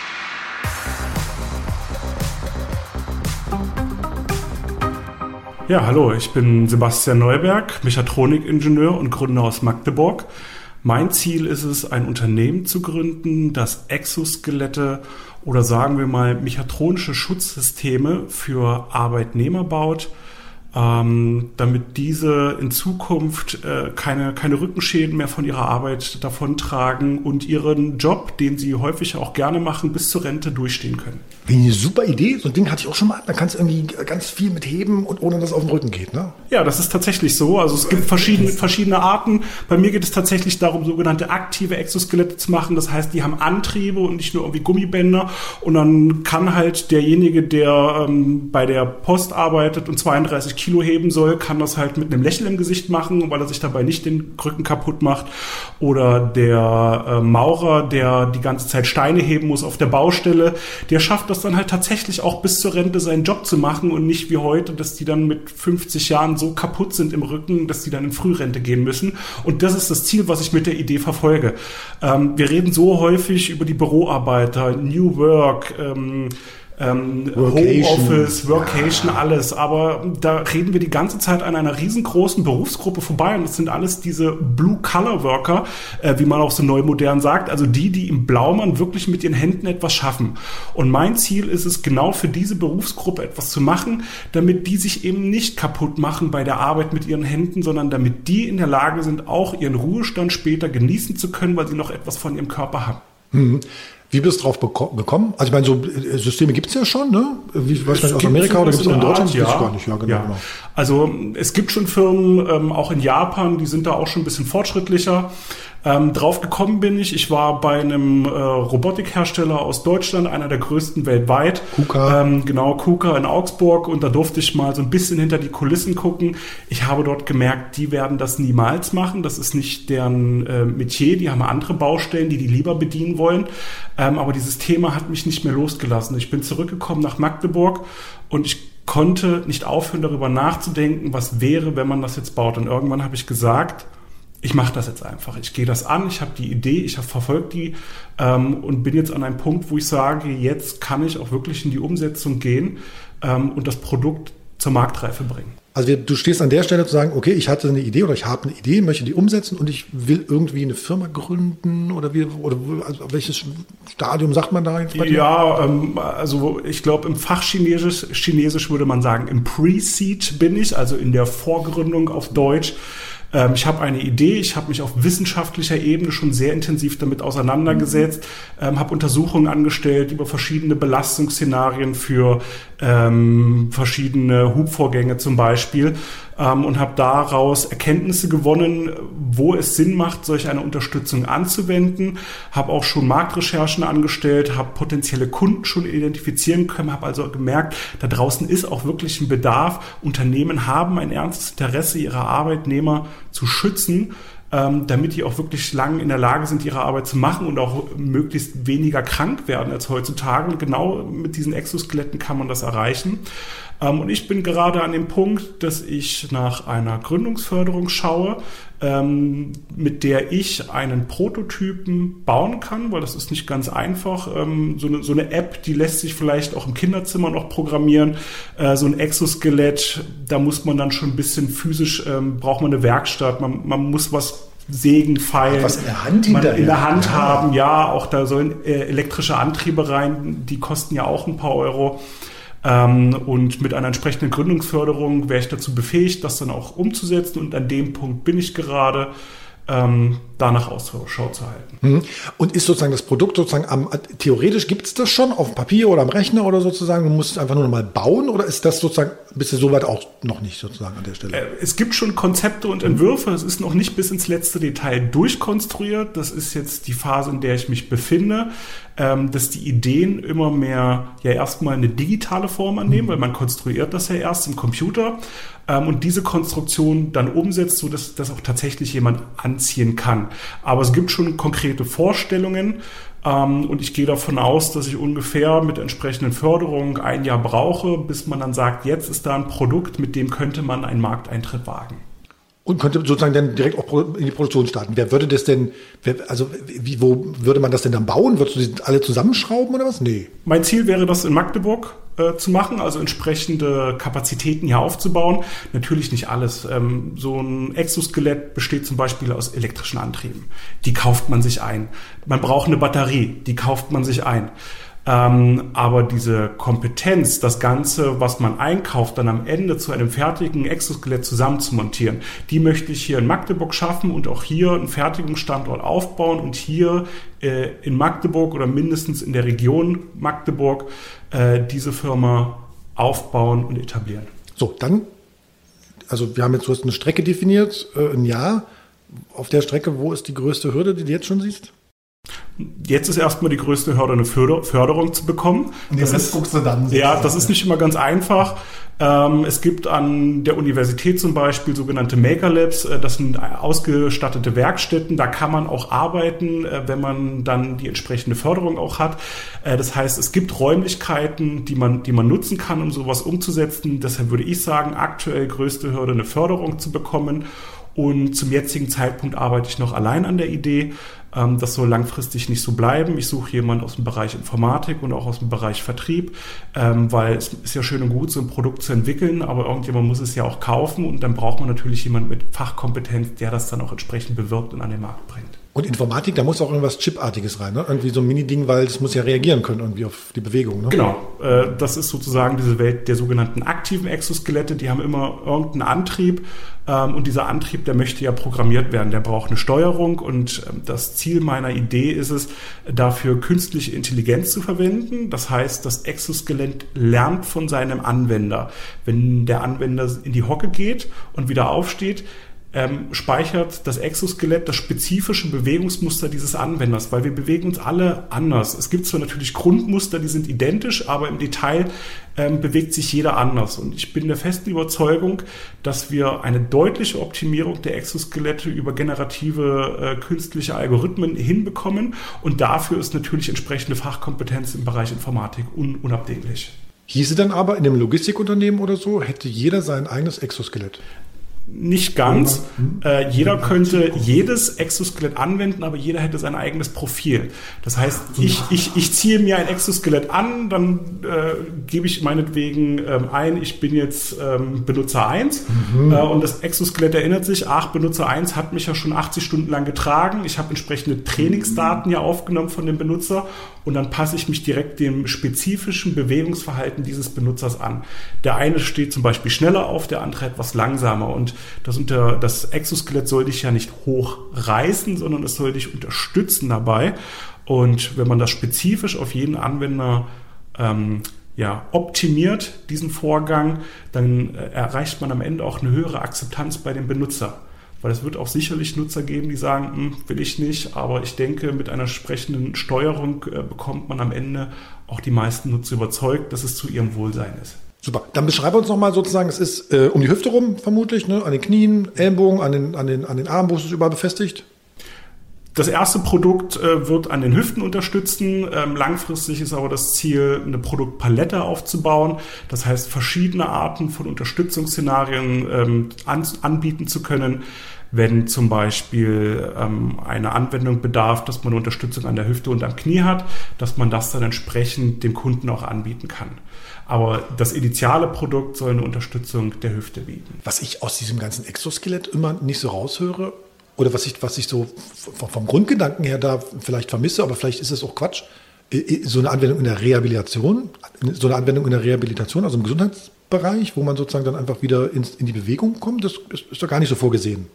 Ja, hallo, ich bin Sebastian Neuberg, Mechatronikingenieur und Gründer aus Magdeburg. Mein Ziel ist es, ein Unternehmen zu gründen, das Exoskelette oder sagen wir mal mechatronische Schutzsysteme für Arbeitnehmer baut, ähm, damit diese in Zukunft äh, keine, keine Rückenschäden mehr von ihrer Arbeit davontragen und ihren Job, den sie häufig auch gerne machen, bis zur Rente durchstehen können. Eine super Idee, so ein Ding hatte ich auch schon mal. Da kannst du irgendwie ganz viel mit heben und ohne dass es auf den Rücken geht, ne? Ja, das ist tatsächlich so. Also es gibt verschiedene, verschiedene Arten. Bei mir geht es tatsächlich darum, sogenannte aktive Exoskelette zu machen. Das heißt, die haben Antriebe und nicht nur irgendwie Gummibänder. Und dann kann halt derjenige, der ähm, bei der Post arbeitet und zweiunddreißig Kilo heben soll, kann das halt mit einem Lächeln im Gesicht machen, weil er sich dabei nicht den Rücken kaputt macht. Oder der äh, Maurer, der die ganze Zeit Steine heben muss auf der Baustelle, der schafft das dann halt tatsächlich auch bis zur Rente seinen Job zu machen und nicht wie heute, dass die dann mit fünfzig Jahren so kaputt sind im Rücken, dass die dann in Frührente gehen müssen. Und das ist das Ziel, was ich mit der Idee verfolge. Ähm, wir reden so häufig über die Büroarbeiter, New Work, ähm, Ähm, Homeoffice, Workation, ja. Alles. Aber da reden wir die ganze Zeit an einer riesengroßen Berufsgruppe vorbei und das sind alles diese Blue-Collar-Worker, äh, wie man auch so neu modern sagt, also die, die im Blaumann wirklich mit ihren Händen etwas schaffen. Und mein Ziel ist es, genau für diese Berufsgruppe etwas zu machen, damit die sich eben nicht kaputt machen bei der Arbeit mit ihren Händen, sondern damit die in der Lage sind, auch ihren Ruhestand später genießen zu können, weil sie noch etwas von ihrem Körper haben. Mhm. Wie bist du drauf beko- gekommen? Also ich meine, so Systeme gibt es ja schon, ne? Wie, weiß man, aus gibt Amerika oder gibt es in Deutschland? Art, ja. Gibt's gar nicht. Ja, genau, ja. genau. Also es gibt schon Firmen, ähm, auch in Japan, die sind da auch schon ein bisschen fortschrittlicher. Ähm, drauf gekommen bin ich, ich war bei einem äh, Robotikhersteller aus Deutschland, einer der größten weltweit. KUKA. Ähm, genau, KUKA in Augsburg, und da durfte ich mal so ein bisschen hinter die Kulissen gucken. Ich habe dort gemerkt, die werden das niemals machen. Das ist nicht deren äh, Metier, die haben andere Baustellen, die die lieber bedienen wollen. Ähm, aber dieses Thema hat mich nicht mehr losgelassen. Ich bin zurückgekommen nach Magdeburg und ich konnte nicht aufhören, darüber nachzudenken, was wäre, wenn man das jetzt baut. Und irgendwann habe ich gesagt, ich mache das jetzt einfach. Ich gehe das an, ich habe die Idee, ich habe verfolgt die ähm, und bin jetzt an einem Punkt, wo ich sage, jetzt kann ich auch wirklich in die Umsetzung gehen ähm, und das Produkt zur Marktreife bringen. Also wir, du stehst an der Stelle zu sagen, okay, ich hatte eine Idee oder ich habe eine Idee, möchte die umsetzen und ich will irgendwie eine Firma gründen oder wie, oder also welches Stadium sagt man da jetzt bei dir? Ja, ähm, also ich glaube im Fachchinesisch Chinesisch würde man sagen, im Pre-Seed bin ich, also in der Vorgründung auf Deutsch. Ähm, ich habe eine Idee, ich habe mich auf wissenschaftlicher Ebene schon sehr intensiv damit auseinandergesetzt, ähm, habe Untersuchungen angestellt über verschiedene Belastungsszenarien für ähm, verschiedene Hubvorgänge zum Beispiel ähm, und habe daraus Erkenntnisse gewonnen, wo es Sinn macht, solch eine Unterstützung anzuwenden. Habe auch schon Marktrecherchen angestellt, habe potenzielle Kunden schon identifizieren können, habe also gemerkt, da draußen ist auch wirklich ein Bedarf. Unternehmen haben ein ernstes Interesse, ihre Arbeitnehmer zu schützen, ähm, damit die auch wirklich lang in der Lage sind, ihre Arbeit zu machen und auch möglichst weniger krank werden als heutzutage. Und genau mit diesen Exoskeletten kann man das erreichen. Ähm, und ich bin gerade an dem Punkt, dass ich nach einer Gründungsförderung schaue, ähm, mit der ich einen Prototypen bauen kann, weil das ist nicht ganz einfach. Ähm, so eine, so eine App, die lässt sich vielleicht auch im Kinderzimmer noch programmieren. Äh, so ein Exoskelett, da muss man dann schon ein bisschen physisch, ähm, braucht man eine Werkstatt, man, man muss was sägen, feilen. Was in der Hand hinterher. In der Hand ja. haben, ja, auch da sollen äh, elektrische Antriebe rein, die kosten ja auch ein paar Euro. Ähm, und mit einer entsprechenden Gründungsförderung wäre ich dazu befähigt, das dann auch umzusetzen. Und an dem Punkt bin ich gerade, ähm, danach Ausschau zu halten. Und ist sozusagen das Produkt sozusagen am, theoretisch gibt es das schon auf dem Papier oder am Rechner oder sozusagen, du musst es einfach nur noch mal bauen oder ist das sozusagen, bist du soweit auch noch nicht sozusagen an der Stelle? Äh, es gibt schon Konzepte und Entwürfe, es ist noch nicht bis ins letzte Detail durchkonstruiert, das ist jetzt die Phase, in der ich mich befinde, ähm, dass die Ideen immer mehr ja erstmal eine digitale Form annehmen, mhm. weil man konstruiert das ja erst im Computer ähm, und diese Konstruktion dann umsetzt, sodass das auch tatsächlich jemand anziehen kann. Aber es gibt schon konkrete Vorstellungen ähm, und ich gehe davon aus, dass ich ungefähr mit entsprechenden Förderungen ein Jahr brauche, bis man dann sagt, jetzt ist da ein Produkt, mit dem könnte man einen Markteintritt wagen. Und könnte sozusagen dann direkt auch in die Produktion starten. Wer würde das denn, wer, also wie, wo würde man das denn dann bauen? Würdest du die alle zusammenschrauben oder was? Nee. Mein Ziel wäre, das in Magdeburg äh, zu machen, also entsprechende Kapazitäten hier aufzubauen. Natürlich nicht alles. Ähm, so ein Exoskelett besteht zum Beispiel aus elektrischen Antrieben. Die kauft man sich ein. Man braucht eine Batterie, die kauft man sich ein. Ähm, aber diese Kompetenz, das Ganze, was man einkauft, dann am Ende zu einem fertigen Exoskelett zusammenzumontieren, die möchte ich hier in Magdeburg schaffen und auch hier einen Fertigungsstandort aufbauen und hier äh, in Magdeburg oder mindestens in der Region Magdeburg äh, diese Firma aufbauen und etablieren. So, dann, also wir haben jetzt, du hast eine Strecke definiert, äh, ein Jahr. Auf der Strecke, wo ist die größte Hürde, die du jetzt schon siehst? Jetzt ist erstmal die größte Hürde, eine Förderung zu bekommen. Und jetzt das guckst du dann. Ja, das ist nicht immer ganz einfach. Ähm, es gibt an der Universität zum Beispiel sogenannte Maker Labs. Das sind ausgestattete Werkstätten. Da kann man auch arbeiten, wenn man dann die entsprechende Förderung auch hat. Das heißt, es gibt Räumlichkeiten, die man, die man nutzen kann, um sowas umzusetzen. Deshalb würde ich sagen, aktuell größte Hürde, eine Förderung zu bekommen. Und zum jetzigen Zeitpunkt arbeite ich noch allein an der Idee. Das soll langfristig nicht so bleiben. Ich suche jemanden aus dem Bereich Informatik und auch aus dem Bereich Vertrieb, weil es ist ja schön und gut, so ein Produkt zu entwickeln, aber irgendjemand muss es ja auch kaufen und dann braucht man natürlich jemanden mit Fachkompetenz, der das dann auch entsprechend bewirbt und an den Markt bringt. Und Informatik, da muss auch irgendwas Chipartiges rein, ne? Irgendwie so ein Mini-Ding, weil es muss ja reagieren können irgendwie auf die Bewegung, ne? Genau, äh, das ist sozusagen diese Welt der sogenannten aktiven Exoskelette, die haben immer irgendeinen Antrieb ähm, und dieser Antrieb, der möchte ja programmiert werden, der braucht eine Steuerung und äh, das Ziel meiner Idee ist es, dafür künstliche Intelligenz zu verwenden. Das heißt, das Exoskelett lernt von seinem Anwender. Wenn der Anwender in die Hocke geht und wieder aufsteht, Ähm, speichert das Exoskelett das spezifische Bewegungsmuster dieses Anwenders, weil wir bewegen uns alle anders. Es gibt zwar natürlich Grundmuster, die sind identisch, aber im Detail ähm, bewegt sich jeder anders. Und ich bin der festen Überzeugung, dass wir eine deutliche Optimierung der Exoskelette über generative äh, künstliche Algorithmen hinbekommen. Und dafür ist natürlich entsprechende Fachkompetenz im Bereich Informatik un- unabdinglich. Hieße dann aber in einem Logistikunternehmen oder so, hätte jeder sein eigenes Exoskelett? Nicht ganz. Äh, jeder könnte jedes Exoskelett anwenden, aber jeder hätte sein eigenes Profil. Das heißt, ich, ich, ich ziehe mir ein Exoskelett an, dann äh, gebe ich meinetwegen ähm, ein, ich bin jetzt ähm, Benutzer eins mhm. äh, und das Exoskelett erinnert sich, ach, Benutzer eins hat mich ja schon achtzig Stunden lang getragen. Ich habe entsprechende Trainingsdaten ja aufgenommen von dem Benutzer und dann passe ich mich direkt dem spezifischen Bewegungsverhalten dieses Benutzers an. Der eine steht zum Beispiel schneller auf, der andere etwas langsamer und Das, unter, das Exoskelett soll dich ja nicht hochreißen, sondern es soll dich unterstützen dabei. Und wenn man das spezifisch auf jeden Anwender ähm, ja, optimiert, diesen Vorgang, dann äh, erreicht man am Ende auch eine höhere Akzeptanz bei dem Benutzer. Weil es wird auch sicherlich Nutzer geben, die sagen, hm, will ich nicht, aber ich denke, mit einer entsprechenden Steuerung äh, bekommt man am Ende auch die meisten Nutzer überzeugt, dass es zu ihrem Wohlsein ist. Super, dann beschreibe uns nochmal sozusagen, es ist äh, um die Hüfte rum vermutlich, ne? An den Knien, Ellenbogen, an den, an den, an den Armen, wo ist es überall befestigt? Das erste Produkt äh, wird an den Hüften unterstützen. Ähm, langfristig ist aber das Ziel, eine Produktpalette aufzubauen. Das heißt, verschiedene Arten von Unterstützungsszenarien ähm, an, anbieten zu können. Wenn zum Beispiel ähm, eine Anwendung bedarf, dass man Unterstützung an der Hüfte und am Knie hat, dass man das dann entsprechend dem Kunden auch anbieten kann. Aber das initiale Produkt soll eine Unterstützung der Hüfte bieten. Was ich aus diesem ganzen Exoskelett immer nicht so raushöre, oder was ich, was ich so vom, vom Grundgedanken her da vielleicht vermisse, aber vielleicht ist es auch Quatsch, so eine Anwendung in der Rehabilitation, so eine Anwendung in der Rehabilitation, also im Gesundheitsbereich, wo man sozusagen dann einfach wieder in, in die Bewegung kommt, das ist doch gar nicht so vorgesehen.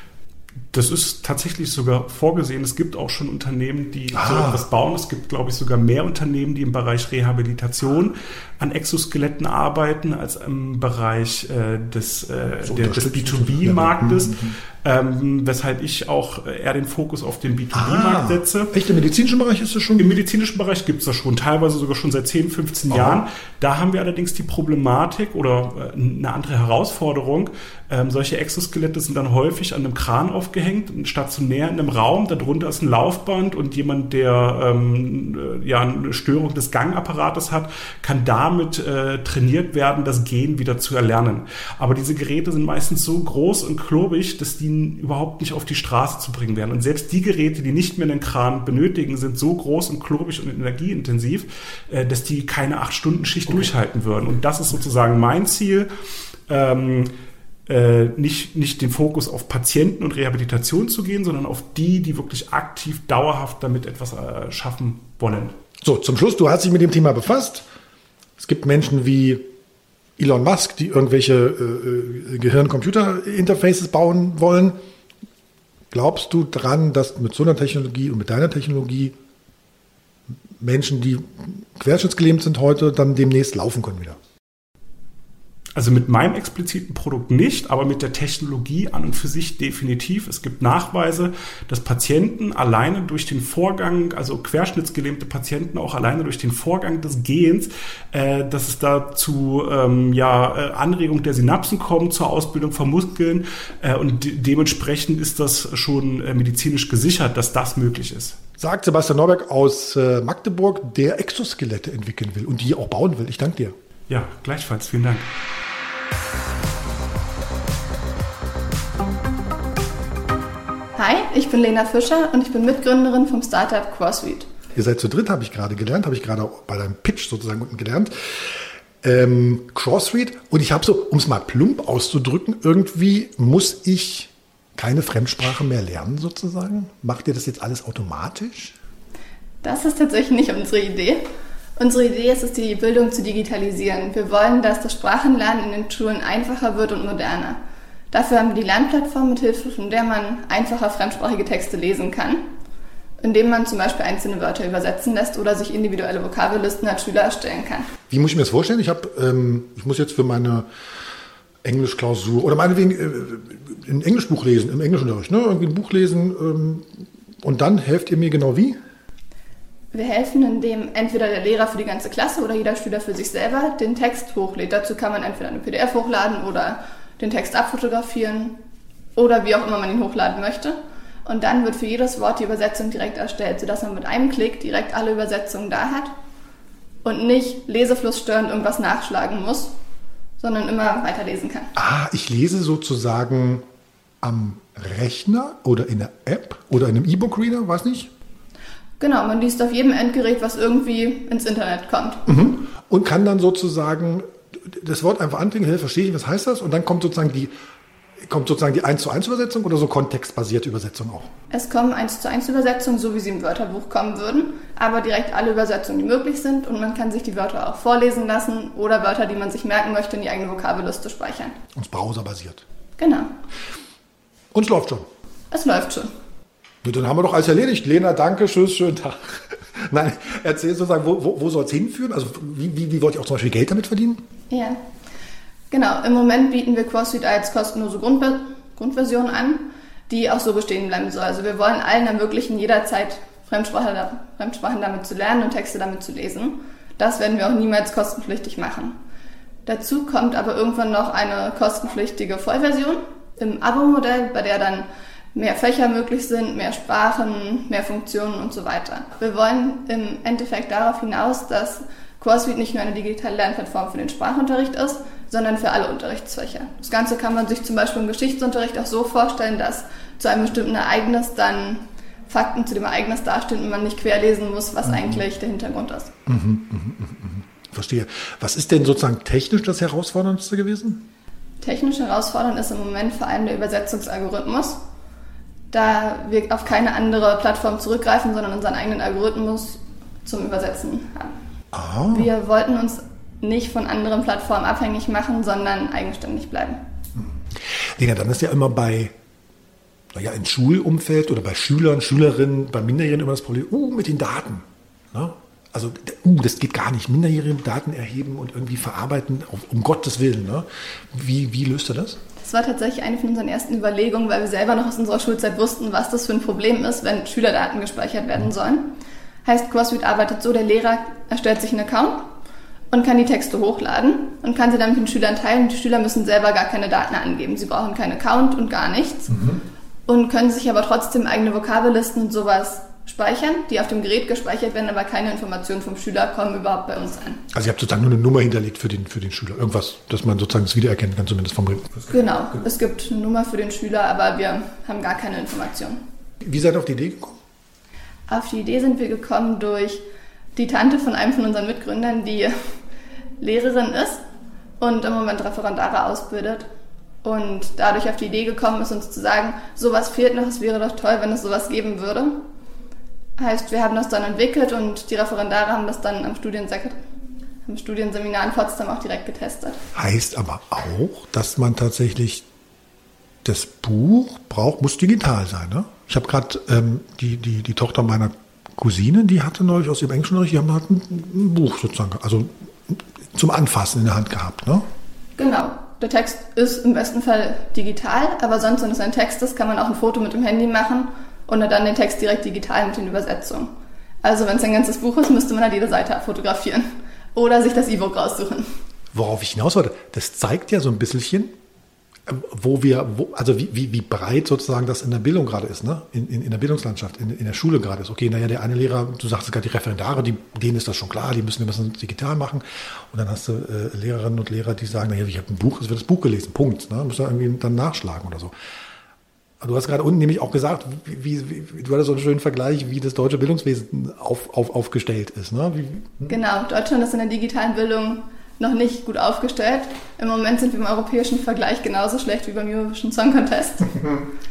Das ist tatsächlich sogar vorgesehen. Es gibt auch schon Unternehmen, die ah. so etwas bauen. Es gibt, glaube ich, sogar mehr Unternehmen, die im Bereich Rehabilitation an Exoskeletten arbeiten, als im Bereich äh, des, äh, so der, des B zwei B-Marktes. Ja. Ähm, weshalb ich auch eher den Fokus auf den B zwei B-Markt ah. setze. Echt, im medizinischen Bereich ist das schon? Im medizinischen Bereich gibt es das schon, teilweise sogar schon seit zehn, fünfzehn oh. Jahren. Da haben wir allerdings die Problematik oder äh, eine andere Herausforderung. Ähm, solche Exoskelette sind dann häufig an einem Kran aufgehängt, stationär in einem Raum. Darunter ist ein Laufband und jemand, der ähm, ja eine Störung des Gangapparates hat, kann damit äh, trainiert werden, das Gehen wieder zu erlernen. Aber diese Geräte sind meistens so groß und klobig, dass die überhaupt nicht auf die Straße zu bringen wären. Und selbst die Geräte, die nicht mehr einen Kran benötigen, sind so groß und klobig und energieintensiv, äh, dass die keine acht-Stunden-Schicht okay. durchhalten würden. Und das ist sozusagen mein Ziel, ähm, äh, nicht, nicht den Fokus auf Patienten und Rehabilitation zu gehen, sondern auf die, die wirklich aktiv, dauerhaft damit etwas äh, schaffen wollen. So, zum Schluss, du hast dich mit dem Thema befasst. Es gibt Menschen wie Elon Musk, die irgendwelche äh, Gehirn-Computer-Interfaces bauen wollen. Glaubst du dran, dass mit so einer Technologie und mit deiner Technologie Menschen, die querschnittsgelähmt sind heute, dann demnächst laufen können wieder? Also mit meinem expliziten Produkt nicht, aber mit der Technologie an und für sich definitiv. Es gibt Nachweise, dass Patienten alleine durch den Vorgang, also querschnittsgelähmte Patienten auch alleine durch den Vorgang des Gehens, äh, dass es da zu ähm, ja, Anregung der Synapsen kommt, zur Ausbildung von Muskeln äh, und de- dementsprechend ist das schon äh, medizinisch gesichert, dass das möglich ist. Sagt Sebastian Norberg aus äh, Magdeburg, der Exoskelette entwickeln will und die auch bauen will. Ich danke dir. Ja, gleichfalls. Vielen Dank. Hi, ich bin Lena Fischer und ich bin Mitgründerin vom Startup CrossRead. Ihr seid zu dritt, habe ich gerade gelernt, habe ich gerade bei deinem Pitch sozusagen unten gelernt. Ähm, CrossRead und ich habe so, um es mal plump auszudrücken, irgendwie muss ich keine Fremdsprache mehr lernen sozusagen? Macht ihr das jetzt alles automatisch? Das ist tatsächlich nicht unsere Idee. Unsere Idee ist es, die Bildung zu digitalisieren. Wir wollen, dass das Sprachenlernen in den Schulen einfacher wird und moderner. Dafür haben wir die Lernplattform, mithilfe von der man einfacher fremdsprachige Texte lesen kann, indem man zum Beispiel einzelne Wörter übersetzen lässt oder sich individuelle Vokabellisten als Schüler erstellen kann. Wie muss ich mir das vorstellen? Ich, hab, ähm, ich muss jetzt für meine Englischklausur oder meinetwegen äh, ein Englischbuch lesen, im Englischunterricht, ne? Irgendwie ein Buch lesen ähm, und dann helft ihr mir genau wie? Wir helfen, indem entweder der Lehrer für die ganze Klasse oder jeder Schüler für sich selber den Text hochlädt. Dazu kann man entweder eine P D F hochladen oder den Text abfotografieren oder wie auch immer man ihn hochladen möchte. Und dann wird für jedes Wort die Übersetzung direkt erstellt, sodass man mit einem Klick direkt alle Übersetzungen da hat und nicht leseflussstörend irgendwas nachschlagen muss, sondern immer weiterlesen kann. Ah, ich lese sozusagen am Rechner oder in der App oder in einem E-Book-Reader, weiß nicht? Genau, man liest auf jedem Endgerät, was irgendwie ins Internet kommt. Mhm. Und kann dann sozusagen das Wort einfach anklicken, hey, verstehe ich, was heißt das? Und dann kommt sozusagen die kommt sozusagen die eins zu eins Übersetzung oder so kontextbasierte Übersetzung auch? Es kommen eins zu eins Übersetzungen, so wie sie im Wörterbuch kommen würden, aber direkt alle Übersetzungen, die möglich sind, und man kann sich die Wörter auch vorlesen lassen oder Wörter, die man sich merken möchte, in die eigene Vokabelliste speichern. Und browserbasiert. Genau. Und es läuft schon. Es läuft schon. Ja, dann haben wir doch alles erledigt. Lena, danke, tschüss, schönen Tag. Nein, erzähl sozusagen, wo, wo, wo soll es hinführen? Also wie, wie, wie wollt ihr auch zum Beispiel Geld damit verdienen? Ja, genau. Im Moment bieten wir CrossFit als kostenlose Grundver- Grundversion an, die auch so bestehen bleiben soll. Also wir wollen allen ermöglichen, jederzeit Fremdsprache, Fremdsprachen damit zu lernen und Texte damit zu lesen. Das werden wir auch niemals kostenpflichtig machen. Dazu kommt aber irgendwann noch eine kostenpflichtige Vollversion im Abo-Modell, bei der dann mehr Fächer möglich sind, mehr Sprachen, mehr Funktionen und so weiter. Wir wollen im Endeffekt darauf hinaus, dass CrossFit nicht nur eine digitale Lernplattform für den Sprachunterricht ist, sondern für alle Unterrichtsfächer. Das Ganze kann man sich zum Beispiel im Geschichtsunterricht auch so vorstellen, dass zu einem bestimmten Ereignis dann Fakten zu dem Ereignis dastehen und man nicht querlesen muss, was mhm. eigentlich der Hintergrund ist. Mhm, mh, mh, mh. Verstehe. Was ist denn sozusagen technisch das Herausforderndste gewesen? Technisch herausfordernd ist im Moment vor allem der Übersetzungsalgorithmus, da wir auf keine andere Plattform zurückgreifen, sondern unseren eigenen Algorithmus zum Übersetzen haben. Ah. Wir wollten uns nicht von anderen Plattformen abhängig machen, sondern eigenständig bleiben. Lena, dann ist ja immer bei, naja, im Schulumfeld oder bei Schülern, Schülerinnen, bei Minderjährigen immer das Problem, uh, mit den Daten. Ne? Also, uh, das geht gar nicht. Minderjährige Daten erheben und irgendwie verarbeiten, um Gottes Willen. Ne? Wie, wie löst ihr das? Das war tatsächlich eine von unseren ersten Überlegungen, weil wir selber noch aus unserer Schulzeit wussten, was das für ein Problem ist, wenn Schülerdaten gespeichert werden sollen. Heißt, CrossFit arbeitet so, der Lehrer erstellt sich einen Account und kann die Texte hochladen und kann sie dann mit den Schülern teilen. Die Schüler müssen selber gar keine Daten angeben. Sie brauchen keinen Account und gar nichts mhm. und können sich aber trotzdem eigene Vokabellisten und sowas speichern, die auf dem Gerät gespeichert werden, aber keine Informationen vom Schüler kommen überhaupt bei uns an. Also ihr habt sozusagen nur eine Nummer hinterlegt für den, für den Schüler. Irgendwas, dass man sozusagen das wiedererkennen kann, zumindest vom Gerät. Genau, es gibt eine Nummer für den Schüler, aber wir haben gar keine Informationen. Wie seid ihr auf die Idee gekommen? Auf die Idee sind wir gekommen durch die Tante von einem von unseren Mitgründern, die Lehrerin ist und im Moment Referendare ausbildet. Und dadurch auf die Idee gekommen ist, uns zu sagen, sowas fehlt noch, es wäre doch toll, wenn es sowas geben würde. Heißt, wir haben das dann entwickelt und die Referendare haben das dann am, Studiensek- am Studienseminar in Potsdam auch direkt getestet. Heißt aber auch, dass man tatsächlich das Buch braucht, muss digital sein, ne? Ich habe gerade ähm, die, die, die Tochter meiner Cousine, die hatte neulich aus ihrem Englischunterricht, die haben halt ein, ein Buch sozusagen, also zum Anfassen in der Hand gehabt, ne? Genau. Der Text ist im besten Fall digital, aber sonst, wenn es ein Text ist, kann man auch ein Foto mit dem Handy machen und dann den Text direkt digital mit den Übersetzungen. Also wenn es ein ganzes Buch ist, müsste man halt jede Seite abfotografieren oder sich das E-Book raussuchen. Worauf ich hinaus wollte, das zeigt ja so ein bisschen, wo wir, wo, also wie, wie, wie breit sozusagen das in der Bildung gerade ist, ne? In, in, in der Bildungslandschaft, in, in der Schule gerade ist. Okay, naja, der eine Lehrer, du sagst gerade die Referendare, die, denen ist das schon klar, die müssen, wir müssen das digital machen. Und dann hast du äh, Lehrerinnen und Lehrer, die sagen, naja, ich habe ein Buch, es wird das Buch gelesen, Punkt. Ne? Müssen wir irgendwie dann nachschlagen oder so. Aber du hast gerade unten nämlich auch gesagt, wie, wie, wie, du hattest so einen schönen Vergleich, wie das deutsche Bildungswesen auf, auf, aufgestellt ist. Ne? Wie, hm? Genau, Deutschland ist in der digitalen Bildung noch nicht gut aufgestellt. Im Moment sind wir im europäischen Vergleich genauso schlecht wie beim Eurovision Song Contest.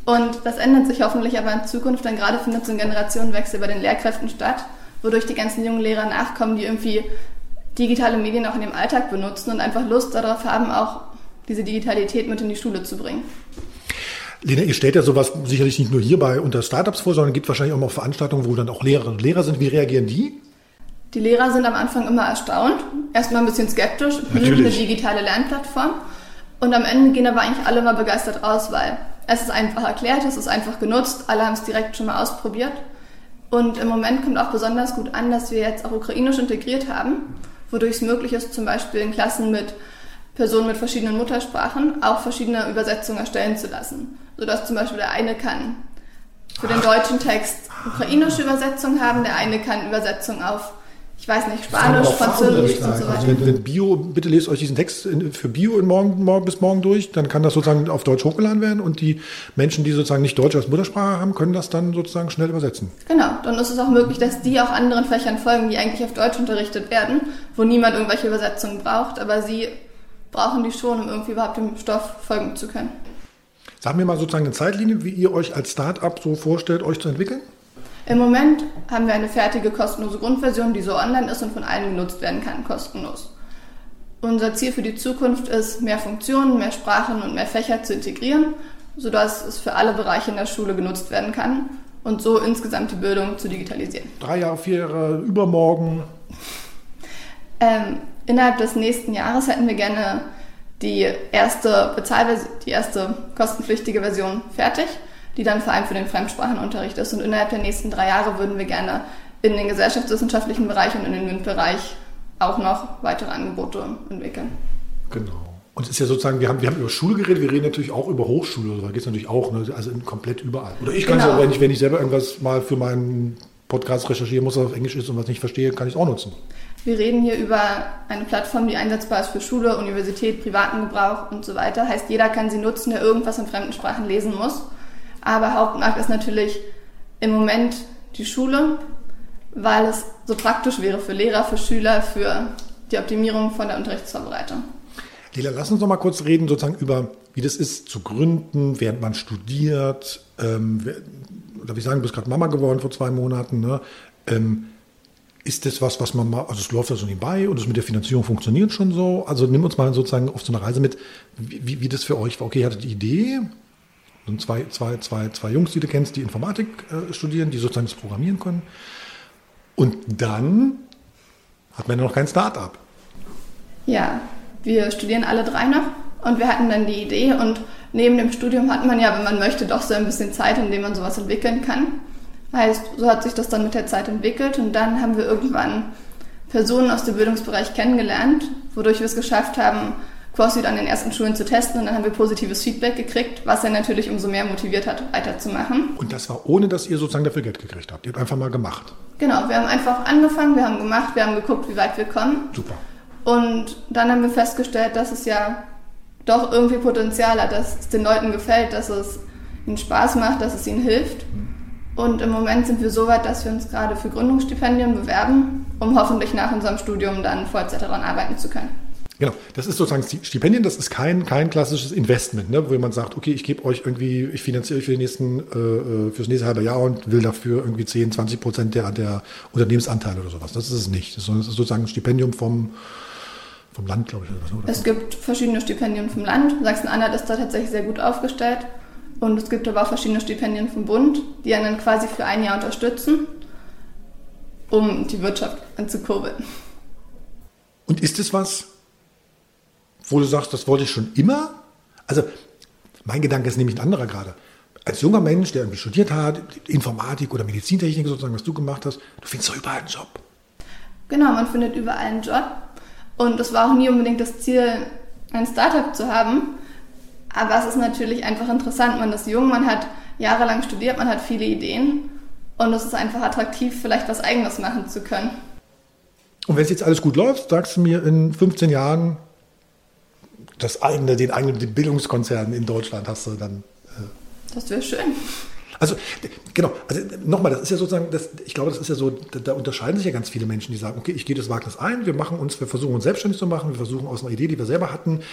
Und das ändert sich hoffentlich aber in Zukunft, denn gerade findet so ein Generationenwechsel bei den Lehrkräften statt, wodurch die ganzen jungen Lehrer nachkommen, die irgendwie digitale Medien auch in ihrem Alltag benutzen und einfach Lust darauf haben, auch diese Digitalität mit in die Schule zu bringen. Lena, ihr stellt ja sowas sicherlich nicht nur hier bei unter Startups vor, sondern gibt wahrscheinlich auch mal Veranstaltungen, wo dann auch Lehrerinnen und Lehrer sind. Wie reagieren die? Die Lehrer sind am Anfang immer erstaunt, erstmal ein bisschen skeptisch, wie eine digitale Lernplattform. Und am Ende gehen aber eigentlich alle mal begeistert raus, weil es ist einfach erklärt, es ist einfach genutzt, alle haben es direkt schon mal ausprobiert. Und im Moment kommt auch besonders gut an, dass wir jetzt auch Ukrainisch integriert haben, wodurch es möglich ist, zum Beispiel in Klassen mit Personen mit verschiedenen Muttersprachen auch verschiedene Übersetzungen erstellen zu lassen. Sodass zum Beispiel der eine kann für den deutschen Text ukrainische Übersetzung haben, der eine kann Übersetzung auf, ich weiß nicht, Spanisch, Französisch und so weiter. Also wenn, wenn Bio, bitte lest euch diesen Text für Bio in morgen, morgen bis morgen durch, dann kann das sozusagen auf Deutsch hochgeladen werden und die Menschen, die sozusagen nicht Deutsch als Muttersprache haben, können das dann sozusagen schnell übersetzen. Genau, dann ist es auch möglich, dass die auch anderen Fächern folgen, die eigentlich auf Deutsch unterrichtet werden, wo niemand irgendwelche Übersetzungen braucht, aber sie brauchen die schon, um irgendwie überhaupt dem Stoff folgen zu können. Sagen wir mal sozusagen eine Zeitlinie, wie ihr euch als Start-up so vorstellt, euch zu entwickeln? Im Moment haben wir eine fertige kostenlose Grundversion, die so online ist und von allen genutzt werden kann, kostenlos. Unser Ziel für die Zukunft ist, mehr Funktionen, mehr Sprachen und mehr Fächer zu integrieren, sodass es für alle Bereiche in der Schule genutzt werden kann und so insgesamt die Bildung zu digitalisieren. Drei Jahre, vier Jahre, übermorgen? Ähm, innerhalb des nächsten Jahres hätten wir gerne die erste Bezahlversion, die erste kostenpflichtige Version fertig, die dann vor allem für den Fremdsprachenunterricht ist. Und innerhalb der nächsten drei Jahre würden wir gerne in den gesellschaftswissenschaftlichen Bereich und in den MINT-Bereich auch noch weitere Angebote entwickeln. Genau. Und es ist ja sozusagen, wir haben, wir haben über Schule geredet, wir reden natürlich auch über Hochschule, da geht es natürlich auch, ne? Also in, komplett überall. Oder ich kann es genau. ja, wenn ich, wenn ich selber irgendwas mal für meinen Podcast recherchieren muss, was auf Englisch ist und was nicht verstehe, kann ich es auch nutzen. Wir reden hier über eine Plattform, die einsetzbar ist für Schule, Universität, privaten Gebrauch und so weiter. Heißt, jeder kann sie nutzen, der irgendwas in fremden Sprachen lesen muss. Aber Hauptmarkt ist natürlich im Moment die Schule, weil es so praktisch wäre für Lehrer, für Schüler, für die Optimierung von der Unterrichtsvorbereitung. Lila, lass uns noch mal kurz reden sozusagen über, wie das ist zu gründen, während man studiert. Ähm, darf ich sagen, du bist gerade Mama geworden vor zwei Monaten, ne? Ähm, Ist das was, was man mal, also es läuft ja so nebenbei und das mit der Finanzierung funktioniert schon so? Also nimm uns mal sozusagen auf so eine Reise mit, wie, wie das für euch war. Okay, ihr hattet die Idee, sind zwei, zwei, zwei, zwei Jungs, die du kennst, die Informatik äh, studieren, die sozusagen das programmieren können. Und dann hat man ja noch kein Start-up. Ja, wir studieren alle drei noch und wir hatten dann die Idee und neben dem Studium hat man ja, wenn man möchte, doch so ein bisschen Zeit, in dem man sowas entwickeln kann. Heißt, so hat sich das dann mit der Zeit entwickelt und dann haben wir irgendwann Personen aus dem Bildungsbereich kennengelernt, wodurch wir es geschafft haben, CrossFit an den ersten Schulen zu testen und dann haben wir positives Feedback gekriegt, was ja natürlich umso mehr motiviert hat, weiterzumachen. Und das war ohne, dass ihr sozusagen dafür Geld gekriegt habt. Ihr habt einfach mal gemacht. Genau, wir haben einfach angefangen, wir haben gemacht, wir haben geguckt, wie weit wir kommen. Super. Und dann haben wir festgestellt, dass es ja doch irgendwie Potenzial hat, dass es den Leuten gefällt, dass es ihnen Spaß macht, dass es ihnen hilft. Und im Moment sind wir so weit, dass wir uns gerade für Gründungsstipendien bewerben, um hoffentlich nach unserem Studium dann Vollzeit daran arbeiten zu können. Genau, das ist sozusagen Stipendien, das ist kein, kein klassisches Investment, ne, wo jemand sagt, okay, ich gebe euch irgendwie, ich finanziere euch für die nächsten, äh, fürs nächste halbe Jahr und will dafür irgendwie zehn, zwanzig Prozent der, der Unternehmensanteile oder sowas. Das ist es nicht, sondern es ist sozusagen ein Stipendium vom, vom Land, glaube ich. Oder was, oder? Es gibt verschiedene Stipendien vom Land. Sachsen-Anhalt ist da tatsächlich sehr gut aufgestellt. Und es gibt aber auch verschiedene Stipendien vom Bund, die einen dann quasi für ein Jahr unterstützen, um die Wirtschaft anzukurbeln. Und ist es was, wo du sagst, das wollte ich schon immer? Also mein Gedanke ist nämlich ein anderer gerade. Als junger Mensch, der irgendwie studiert hat, Informatik oder Medizintechnik sozusagen, was du gemacht hast, du findest doch überall einen Job. Genau, man findet überall einen Job. Und es war auch nie unbedingt das Ziel, ein Startup zu haben. Aber es ist natürlich einfach interessant, man ist jung, man hat jahrelang studiert, man hat viele Ideen und es ist einfach attraktiv, vielleicht was Eigenes machen zu können. Und wenn es jetzt alles gut läuft, sagst du mir in fünfzehn Jahren, das eigene, den eigenen den Bildungskonzern in Deutschland hast du dann. Äh das wäre schön. Also genau, also nochmal, das ist ja sozusagen, das, ich glaube, das ist ja so, da, da unterscheiden sich ja ganz viele Menschen, die sagen, okay, ich gehe das Wagnis ein, wir machen uns, wir versuchen uns selbstständig zu machen, wir versuchen aus einer Idee, die wir selber hatten,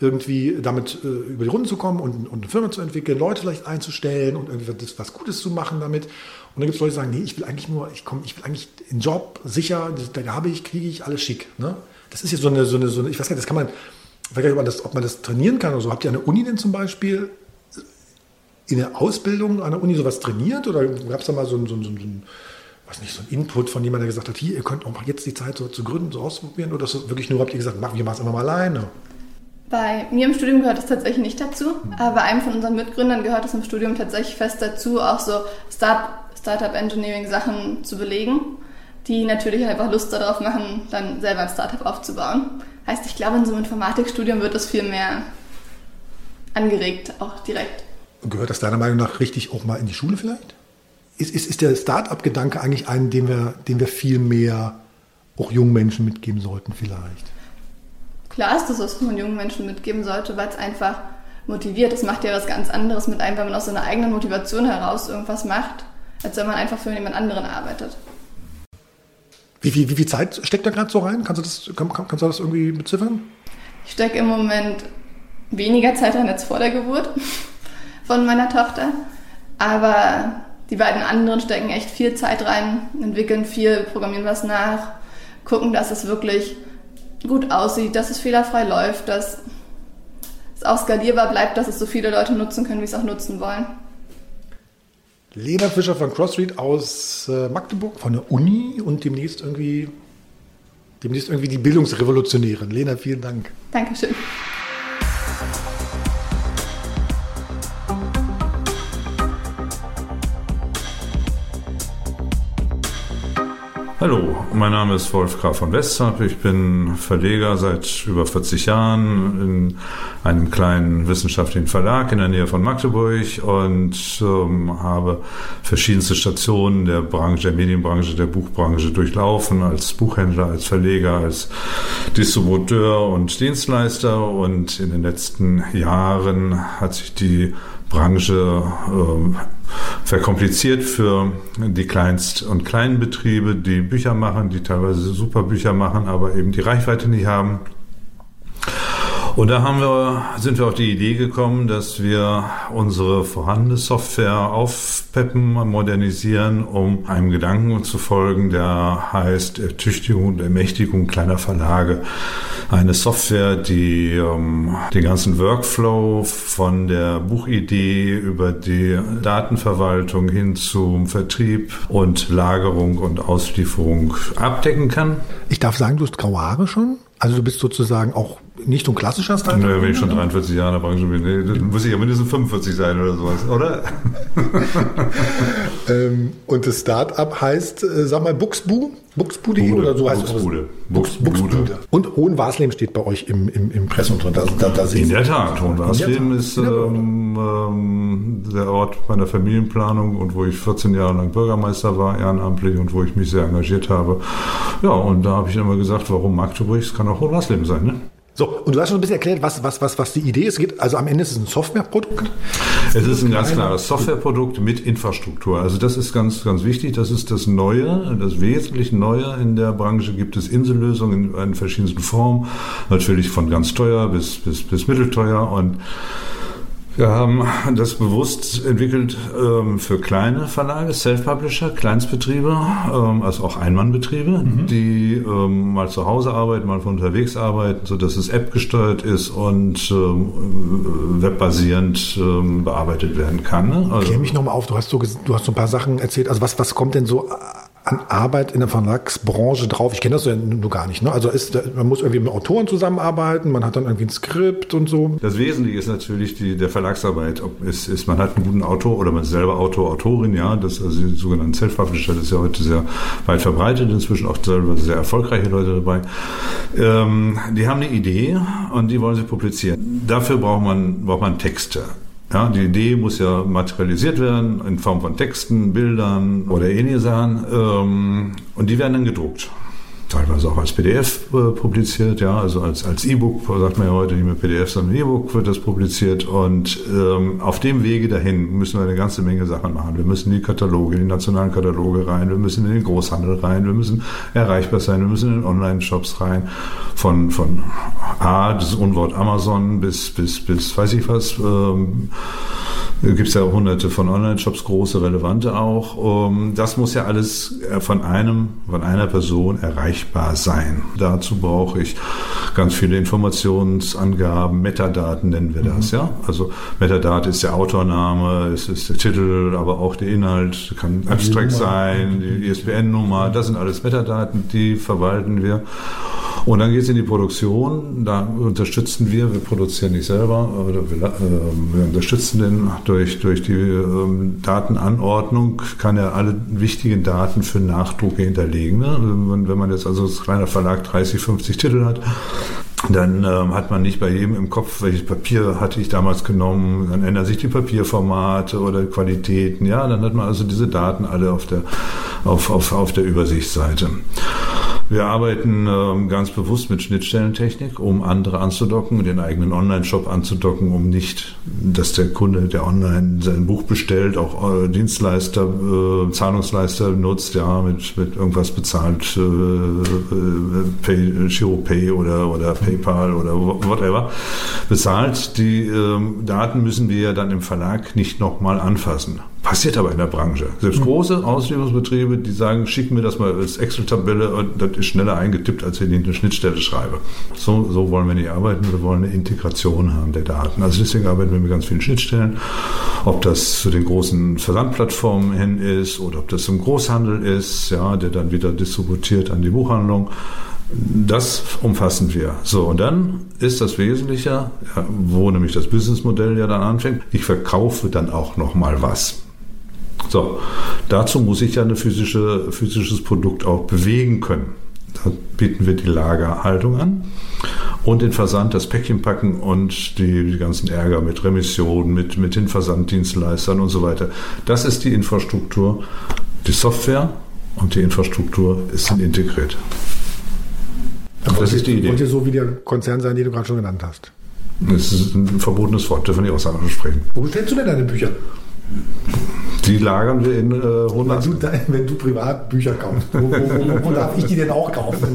irgendwie damit äh, über die Runden zu kommen und, und eine Firma zu entwickeln, Leute vielleicht einzustellen und irgendwie das, was Gutes zu machen damit. Und dann gibt es Leute, die sagen, nee, ich will eigentlich nur, ich komme, ich will eigentlich einen Job, sicher, das, da habe ich, kriege ich alles schick. Ne? Das ist jetzt so eine, so eine, so eine, ich weiß nicht, das kann man, ich weiß gar nicht, ob man das, ob man das trainieren kann oder so. Habt ihr an der Uni denn zum Beispiel in der Ausbildung an der Uni sowas trainiert oder gab es da mal so ein, so ein, so ein weiß nicht, so ein Input von jemandem, der gesagt hat, hier, ihr könnt auch jetzt die Zeit so zu gründen, so ausprobieren oder so wirklich nur habt ihr gesagt, mach, wir machen es immer mal alleine? Bei mir im Studium gehört es tatsächlich nicht dazu, aber bei einem von unseren Mitgründern gehört es im Studium tatsächlich fest dazu, auch so Start, Startup-Engineering-Sachen zu belegen, die natürlich einfach Lust darauf machen, dann selber ein Startup aufzubauen. Heißt, ich glaube, in so einem Informatikstudium wird das viel mehr angeregt, auch direkt. Gehört das deiner Meinung nach richtig auch mal in die Schule vielleicht? Ist, ist, ist der Start-up-Gedanke eigentlich einen, den wir, den wir viel mehr auch jungen Menschen mitgeben sollten vielleicht? Klar ist das, was man jungen Menschen mitgeben sollte, weil es einfach motiviert. Es macht ja was ganz anderes mit einem, wenn man aus so einer eigenen Motivation heraus irgendwas macht, als wenn man einfach für jemand anderen arbeitet. Wie viel, wie viel Zeit steckt da gerade so rein? Kannst du das, kann, kannst du das irgendwie beziffern? Ich stecke im Moment weniger Zeit rein als vor der Geburt von meiner Tochter, aber die beiden anderen stecken echt viel Zeit rein, entwickeln viel, programmieren was nach, gucken, dass es wirklich gut aussieht, dass es fehlerfrei läuft, dass es auch skalierbar bleibt, dass es so viele Leute nutzen können, wie es auch nutzen wollen. Lena Fischer von CrossStreet aus äh, Magdeburg, von der Uni und demnächst irgendwie, demnächst irgendwie die Bildungsrevolutionärin. Lena, vielen Dank. Dankeschön. Hallo, mein Name ist Wolf Graf von Westzap. Ich bin Verleger seit über vierzig Jahren in einem kleinen wissenschaftlichen Verlag in der Nähe von Magdeburg und ähm, habe verschiedenste Stationen der Branche, der Medienbranche, der Buchbranche durchlaufen, als Buchhändler, als Verleger, als Distributeur und Dienstleister. Und in den letzten Jahren hat sich die Branche äh, verkompliziert für die Kleinst- und kleinen Betriebe, die Bücher machen, die teilweise super Bücher machen, aber eben die Reichweite nicht haben. Und da haben wir, sind wir auf die Idee gekommen, dass wir unsere vorhandene Software aufpeppen, modernisieren, um einem Gedanken zu folgen, der heißt Ertüchtigung und Ermächtigung kleiner Verlage. Eine Software, die um, den ganzen Workflow von der Buchidee über die Datenverwaltung hin zum Vertrieb und Lagerung und Auslieferung abdecken kann. Ich darf sagen, du hast graue Haare schon? Also du bist sozusagen auch nicht so ein klassischer Start-up? Nö, wenn ich schon dreiundvierzig Jahre in der Branche bin, nee, dann muss ich ja mindestens fünfundvierzig sein oder sowas, oder? ähm, und das Start-up heißt, äh, sag mal, Buxbu? Buxbu.de oder so heißt es? Buxbude. Buxbude. Buxbude. Und Hohenwarsleben steht bei euch im, im, im Pressum. Da, da, da in der Tat. Hohenwarsleben ist ähm, ähm, der Ort meiner Familienplanung und wo ich vierzehn Jahre lang Bürgermeister war, ehrenamtlich und wo ich mich sehr engagiert habe. Ja, und da habe ich immer gesagt, warum Magdeburg? Es kann auch Hohenwarsleben sein, ne? So, und du hast schon ein bisschen erklärt, was, was, was, was die Idee ist. Also am Ende ist es ein Softwareprodukt? Es ist ein ganz klares Softwareprodukt mit Infrastruktur. Also das ist ganz, ganz wichtig. Das ist das Neue, das wesentlich Neue in der Branche. Gibt es Insellösungen in, in verschiedensten Formen. Natürlich von ganz teuer bis, bis, bis mittelteuer. Und wir haben das bewusst entwickelt ähm, für kleine Verlage, Self-Publisher, Kleinstbetriebe, ähm, also auch Einmannbetriebe, mhm. die ähm, mal zu Hause arbeiten, mal von unterwegs arbeiten, sodass es App-gesteuert ist und ähm, webbasierend ähm, bearbeitet werden kann. Ne? Also, Klär mich nochmal auf, du hast, so, du hast so ein paar Sachen erzählt. Also was, was kommt denn so an Arbeit in der Verlagsbranche drauf? Ich kenne das ja nur gar nicht. Ne? Also ist, man muss irgendwie mit Autoren zusammenarbeiten, man hat dann irgendwie ein Skript und so. Das Wesentliche ist natürlich die, der Verlagsarbeit. Ob es ist, man hat einen guten Autor oder man ist selber Autor, Autorin, ja, das also die sogenannten Self-Publisher, das ist ja heute sehr weit verbreitet, inzwischen auch selber sehr erfolgreiche Leute dabei. Ähm, die haben eine Idee und die wollen sie publizieren. Dafür braucht man, braucht man Texte. Ja, die Idee muss ja materialisiert werden in Form von Texten, Bildern oder ähnliche Sachen. Ähm, und die werden dann gedruckt. teilweise auch als P D F äh, publiziert, ja, also als, als E-Book, sagt man ja heute nicht mehr P D F, sondern E-Book wird das publiziert und ähm, auf dem Wege dahin müssen wir eine ganze Menge Sachen machen. Wir müssen in die Kataloge, in die nationalen Kataloge rein, wir müssen in den Großhandel rein, wir müssen erreichbar sein, wir müssen in den Online-Shops rein, von, von A, das Unwort Amazon bis, bis, bis weiß ich was, ähm, gibt es ja hunderte von Online-Shops, große, relevante auch. Das muss ja alles von einem, von einer Person erreichbar sein. Dazu brauche ich ganz viele Informationsangaben, Metadaten nennen wir das, mhm. ja. Also Metadat ist der Autorname, es ist der Titel, aber auch der Inhalt, kann Abstract sein, die I S B N-Nummer, das sind alles Metadaten, die verwalten wir. Und dann geht es in die Produktion, da unterstützen wir, wir produzieren nicht selber, oder wir, äh, wir unterstützen den durch, durch die ähm, Datenanordnung, kann er alle wichtigen Daten für Nachdrucke hinterlegen. Ne? Wenn, wenn man jetzt also als kleiner Verlag dreißig, fünfzig Titel hat, dann ähm, hat man nicht bei jedem im Kopf, welches Papier hatte ich damals genommen, dann ändern sich die Papierformate oder Qualitäten, ja, dann hat man also diese Daten alle auf der, auf, auf, auf der Übersichtsseite. Wir arbeiten ähm, ganz bewusst mit Schnittstellentechnik, um andere anzudocken, den eigenen Online-Shop anzudocken, um nicht, dass der Kunde, der online sein Buch bestellt, auch äh, Dienstleister, äh, Zahlungsleister nutzt, ja, mit, mit irgendwas bezahlt, äh, äh, Pay, GiroPay oder, oder PayPal oder whatever, bezahlt. Die ähm, Daten müssen wir ja dann im Verlag nicht nochmal anfassen. Passiert aber in der Branche. Selbst große Auslieferungsbetriebe, die sagen, schicken mir das mal als Excel-Tabelle und das ist schneller eingetippt, als wenn ich eine Schnittstelle schreibe. So, so wollen wir nicht arbeiten. Wir wollen eine Integration haben der Daten. Also deswegen arbeiten wir mit ganz vielen Schnittstellen. Ob das zu den großen Versandplattformen hin ist oder ob das im Großhandel ist, ja, der dann wieder distributiert an die Buchhandlung. Das umfassen wir. So, und dann ist das Wesentliche, ja, wo nämlich das Businessmodell ja dann anfängt, ich verkaufe dann auch nochmal was. So, dazu muss ich ja ein physische, physisches Produkt auch bewegen können. Da bieten wir die Lagerhaltung an und den Versand, das Päckchen packen und die, die ganzen Ärger mit Remission, mit, mit den Versanddienstleistern und so weiter. Das ist die Infrastruktur, die Software und die Infrastruktur sind integriert. Das, das ist die Idee. Wollt ihr so wie der Konzern sein, den du gerade schon genannt hast? Das ist ein verbotenes Wort, dürfen wir nicht außer sprechen. Wo stellst du denn deine Bücher? Die lagern wir in äh, hundert. Wenn du, wenn du privat Bücher kaufst, wo, wo, wo, wo darf ich die denn auch kaufen?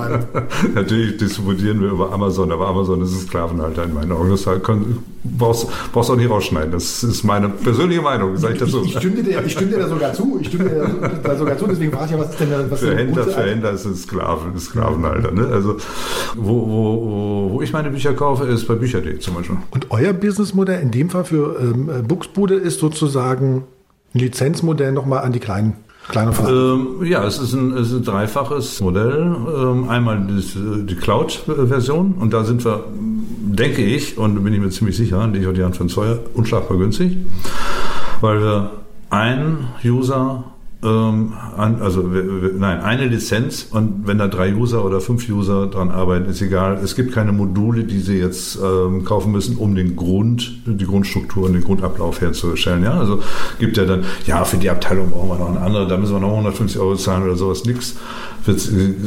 Natürlich distributieren wir über Amazon, aber Amazon ist ein Sklavenhalter in meinen Augen. Das können, brauchst, brauchst auch nicht rausschneiden. Das ist meine persönliche Meinung, sage ich dazu. Ich, ich, stimme dir, ich stimme dir da sogar zu. Ich stimme dir da sogar zu. Deswegen frage ich ja, was ist denn da, was für Händler, für Händler ist ein Sklaven, ein Sklavenhalter. Ne? Also wo, wo, wo ich meine Bücher kaufe, ist bei Bücher punkt de zum Beispiel. Und euer Businessmodell in dem Fall für ähm, Buchsbude ist sozusagen ein Lizenzmodell nochmal an die kleinen, kleine Verlage? Ähm, ja, es ist, ein, es ist ein dreifaches Modell. Ähm, einmal die, die Cloud-Version und da sind wir, denke ich, und bin ich mir ziemlich sicher, die Jan von Zeuer, unschlagbar günstig, weil wir einen User ähm, an, also wir, wir, nein, eine Lizenz und wenn da drei User oder fünf User dran arbeiten, ist egal. Es gibt keine Module, die sie jetzt ähm, kaufen müssen, um den Grund, die Grundstruktur und den Grundablauf herzustellen. Ja, also gibt ja dann, ja, für die Abteilung brauchen wir noch eine andere, da müssen wir noch hundertfünfzig Euro zahlen oder sowas. Nix. Wir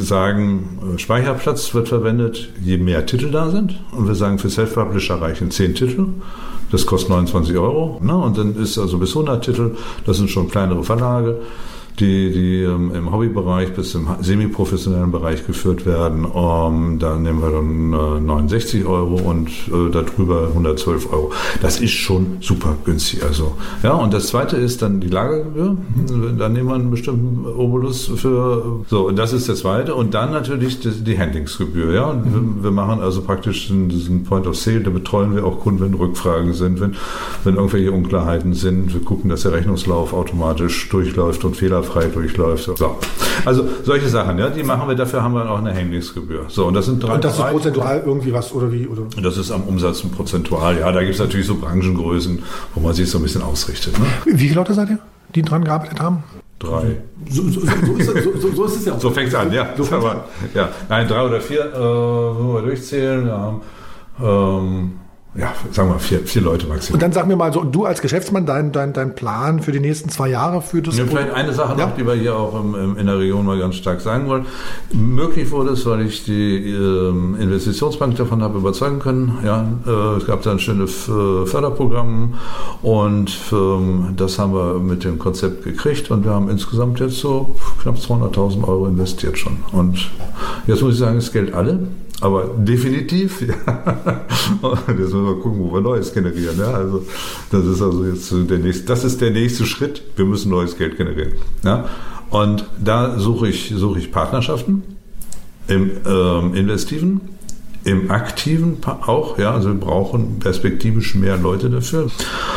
sagen, Speicherplatz wird verwendet, je mehr Titel da sind. Und wir sagen, für Self-Publisher reichen zehn Titel. Das kostet neunundzwanzig Euro. Ne? Und dann ist also bis hundert Titel, das sind schon kleinere Verlage, die, die ähm, im Hobbybereich bis im semi-professionellen Bereich geführt werden. Ähm, da nehmen wir dann äh, neunundsechzig Euro und äh, darüber hundertzwölf Euro. Das ist schon super günstig. Also, ja, und das zweite ist dann die Lagergebühr. Da nehmen wir einen bestimmten Obolus für. So, und das ist das zweite. Und dann natürlich die, die Handlingsgebühr. Ja? Und wir, wir machen also praktisch diesen Point of Sale, da betreuen wir auch Kunden, wenn Rückfragen sind, wenn, wenn irgendwelche Unklarheiten sind. Wir gucken, dass der Rechnungslauf automatisch durchläuft und fehlerfrei frei durchläuft. So. Also solche Sachen, ja, die machen wir, dafür haben wir auch eine Handlingsgebühr. So, und das sind drei. Und das ist prozentual irgendwie was oder wie? Oder? Das ist am Umsatz ein prozentual, ja. Da gibt es natürlich so Branchengrößen, wo man sich so ein bisschen ausrichtet. Ne? Wie viele Leute seid ihr, die dran gearbeitet haben? Drei. So, so, so, so, ist, so, so ist es ja auch. So fängt es an, ja. So aber, an. ja. Nein, drei oder vier, äh, wenn wir durchzählen. Wir haben, ähm, ja, sagen wir vier, vier Leute maximal. Und dann sag mir mal so, du als Geschäftsmann, dein, dein, dein Plan für die nächsten zwei Jahre für das ja, vielleicht eine Sache noch, ja. die wir hier auch im, im, in der Region mal ganz stark sagen wollen. Möglich wurde es, weil ich die ähm, Investitionsbank davon habe überzeugen können. Ja, äh, es gab da ein schönes äh, Förderprogramm und ähm, das haben wir mit dem Konzept gekriegt und wir haben insgesamt jetzt so knapp zweihunderttausend Euro investiert schon. Und jetzt muss ich sagen, das Geld alle. Aber definitiv, ja. Jetzt müssen wir gucken, wo wir Neues generieren. Ja. Also das ist also jetzt der nächste, das ist der nächste Schritt. Wir müssen neues Geld generieren. Ja. Und da suche ich, suche ich Partnerschaften im ähm, Investiven, im Aktiven auch. Ja. Also wir brauchen perspektivisch mehr Leute dafür.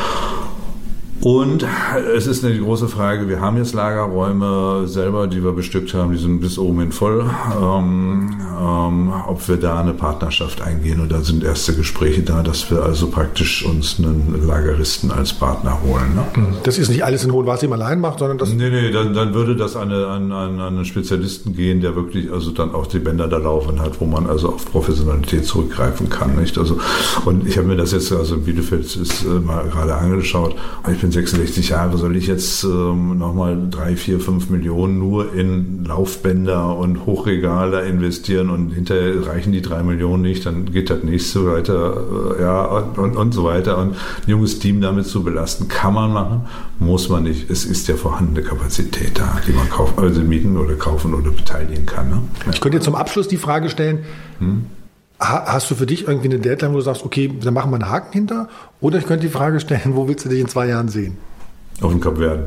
Und es ist eine große Frage, wir haben jetzt Lagerräume selber, die wir bestückt haben, die sind bis oben hin voll, ähm, ähm, ob wir da eine Partnerschaft eingehen. Und da sind erste Gespräche da, dass wir also praktisch uns einen Lageristen als Partner holen. Ne? Das ist nicht alles in Hohen Wasser, allein macht, sondern das... Nee, nee, dann, dann würde das an, an, an einen Spezialisten gehen, der wirklich also dann auch die Bänder da laufen hat, wo man also auf Professionalität zurückgreifen kann. Nicht? Also, und ich habe mir das jetzt, also in Bielefeld ist äh, mal gerade angeschaut, ich bin sechsundsechzig Jahre, soll ich jetzt ähm, nochmal drei, vier, fünf Millionen nur in Laufbänder und Hochregale investieren und hinterher reichen die drei Millionen nicht, dann geht das nächste weiter, äh, ja, und, und so weiter. Und ein junges Team damit zu belasten, kann man machen, muss man nicht. Es ist ja vorhandene Kapazität da, die man kaufen, also mieten oder kaufen oder beteiligen kann. Ne? Ja. Ich könnte jetzt zum Abschluss die Frage stellen, hm? Hast du für dich irgendwie eine Deadline, wo du sagst, okay, dann machen wir einen Haken hinter? Oder ich könnte die Frage stellen, wo willst du dich in zwei Jahren sehen? Auf dem Kap Verden.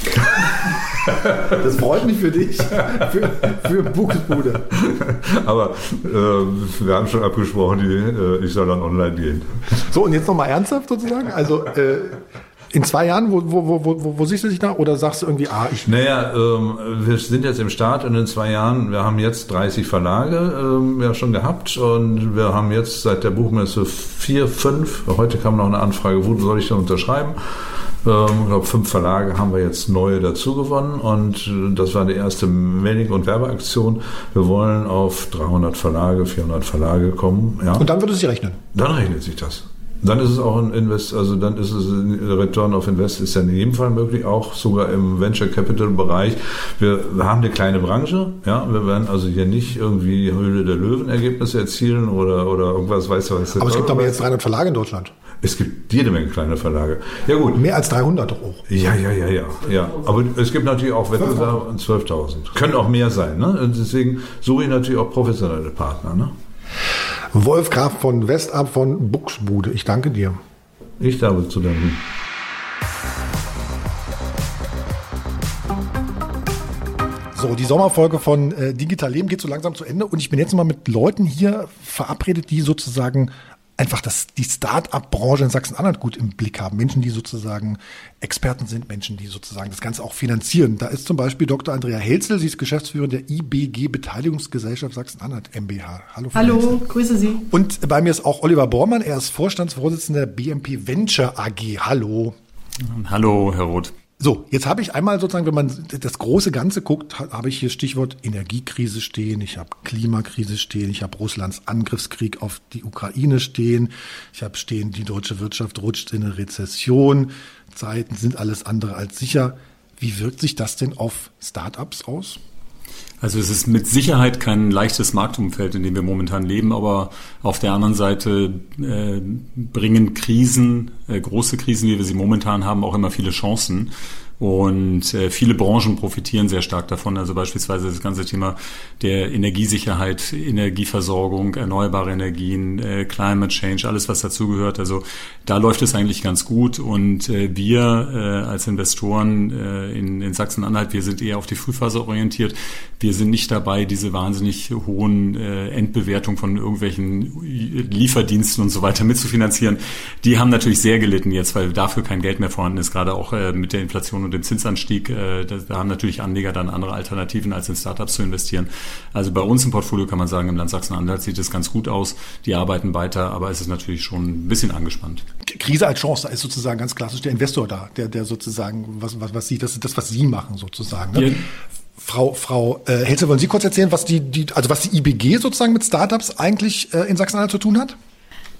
Das freut mich für dich, für, für Buchsbude. Aber äh, wir haben schon abgesprochen, die, äh, ich soll dann online gehen. So, und jetzt nochmal ernsthaft sozusagen? Also äh, in zwei Jahren, wo, wo, wo, wo, wo siehst du dich da? Oder sagst du irgendwie, ah, ich... Naja, ähm, wir sind jetzt im Start und in zwei Jahren, wir haben jetzt dreißig Verlage ähm, ja schon gehabt und wir haben jetzt seit der Buchmesse vier, fünf, heute kam noch eine Anfrage, wo soll ich denn unterschreiben? Ähm, ich glaube, fünf Verlage haben wir jetzt neue dazu gewonnen und das war die erste Mailing- und Werbeaktion. Wir wollen auf dreihundert Verlage, vierhundert Verlage kommen. Ja. Und dann würde es sich rechnen? Dann rechnet sich das. Dann ist es auch ein Invest, also dann ist es ein Return of Invest ist ja in jedem Fall möglich, auch sogar im Venture Capital Bereich. Wir, wir haben eine kleine Branche, ja, wir werden also hier nicht irgendwie Höhle der Löwen Ergebnisse erzielen oder oder irgendwas, weißt du was. Aber es gibt aber jetzt dreihundert Verlage in Deutschland. Es gibt jede Menge kleine Verlage. Ja gut. Mehr als dreihundert doch auch. Ja, ja, ja, ja, ja. Aber es gibt natürlich auch Wettbewerber zwölftausend. Können auch mehr sein, ne? Und deswegen suche ich natürlich auch professionelle Partner, ne? Wolf Graf von Westab von Buchsbude, ich danke dir. Ich darf zu danken. So, die Sommerfolge von äh, Digital Leben geht so langsam zu Ende und ich bin jetzt mal mit Leuten hier verabredet, die sozusagen einfach das, die Start-up-Branche in Sachsen-Anhalt gut im Blick haben. Menschen, die sozusagen Experten sind, Menschen, die sozusagen das Ganze auch finanzieren. Da ist zum Beispiel Doktor Andrea Helzel, sie ist Geschäftsführerin der I B G Beteiligungsgesellschaft Sachsen-Anhalt M B H. Hallo. Frau Hallo, Helzel. Grüße Sie. Und bei mir ist auch Oliver Bormann, er ist Vorstandsvorsitzender der B M P Venture A G. Hallo. Hallo, Herr Roth. So, jetzt habe ich einmal sozusagen, wenn man das große Ganze guckt, habe ich hier Stichwort Energiekrise stehen, ich habe Klimakrise stehen, ich habe Russlands Angriffskrieg auf die Ukraine stehen, ich habe stehen, die deutsche Wirtschaft rutscht in eine Rezession, Zeiten sind alles andere als sicher. Wie wirkt sich das denn auf Startups aus? Also es ist mit Sicherheit kein leichtes Marktumfeld, in dem wir momentan leben, aber auf der anderen Seite äh, bringen Krisen, äh, große Krisen, wie wir sie momentan haben, auch immer viele Chancen. Und äh, viele Branchen profitieren sehr stark davon, also beispielsweise das ganze Thema der Energiesicherheit, Energieversorgung, erneuerbare Energien, äh, Climate Change, alles was dazugehört. Also da läuft es eigentlich ganz gut und äh, wir äh, als Investoren äh, in, in Sachsen-Anhalt, wir sind eher auf die Frühphase orientiert. Wir sind nicht dabei, diese wahnsinnig hohen äh, Endbewertungen von irgendwelchen Lieferdiensten und so weiter mitzufinanzieren. Die haben natürlich sehr gelitten jetzt, weil dafür kein Geld mehr vorhanden ist, gerade auch äh, mit der Inflation und dem Zinsanstieg, äh, da, da haben natürlich Anleger dann andere Alternativen, als in Startups zu investieren. Also bei uns im Portfolio kann man sagen, im Land Sachsen-Anhalt sieht es ganz gut aus. Die arbeiten weiter, aber es ist natürlich schon ein bisschen angespannt. Krise als Chance, da ist sozusagen ganz klassisch der Investor da, der, der sozusagen, was, was, was Sie, das ist das, was Sie machen sozusagen. Ne? Ja. Frau, Frau äh, Helzel, wollen Sie kurz erzählen, was die, die, also was die I B G sozusagen mit Startups eigentlich äh, in Sachsen-Anhalt zu tun hat?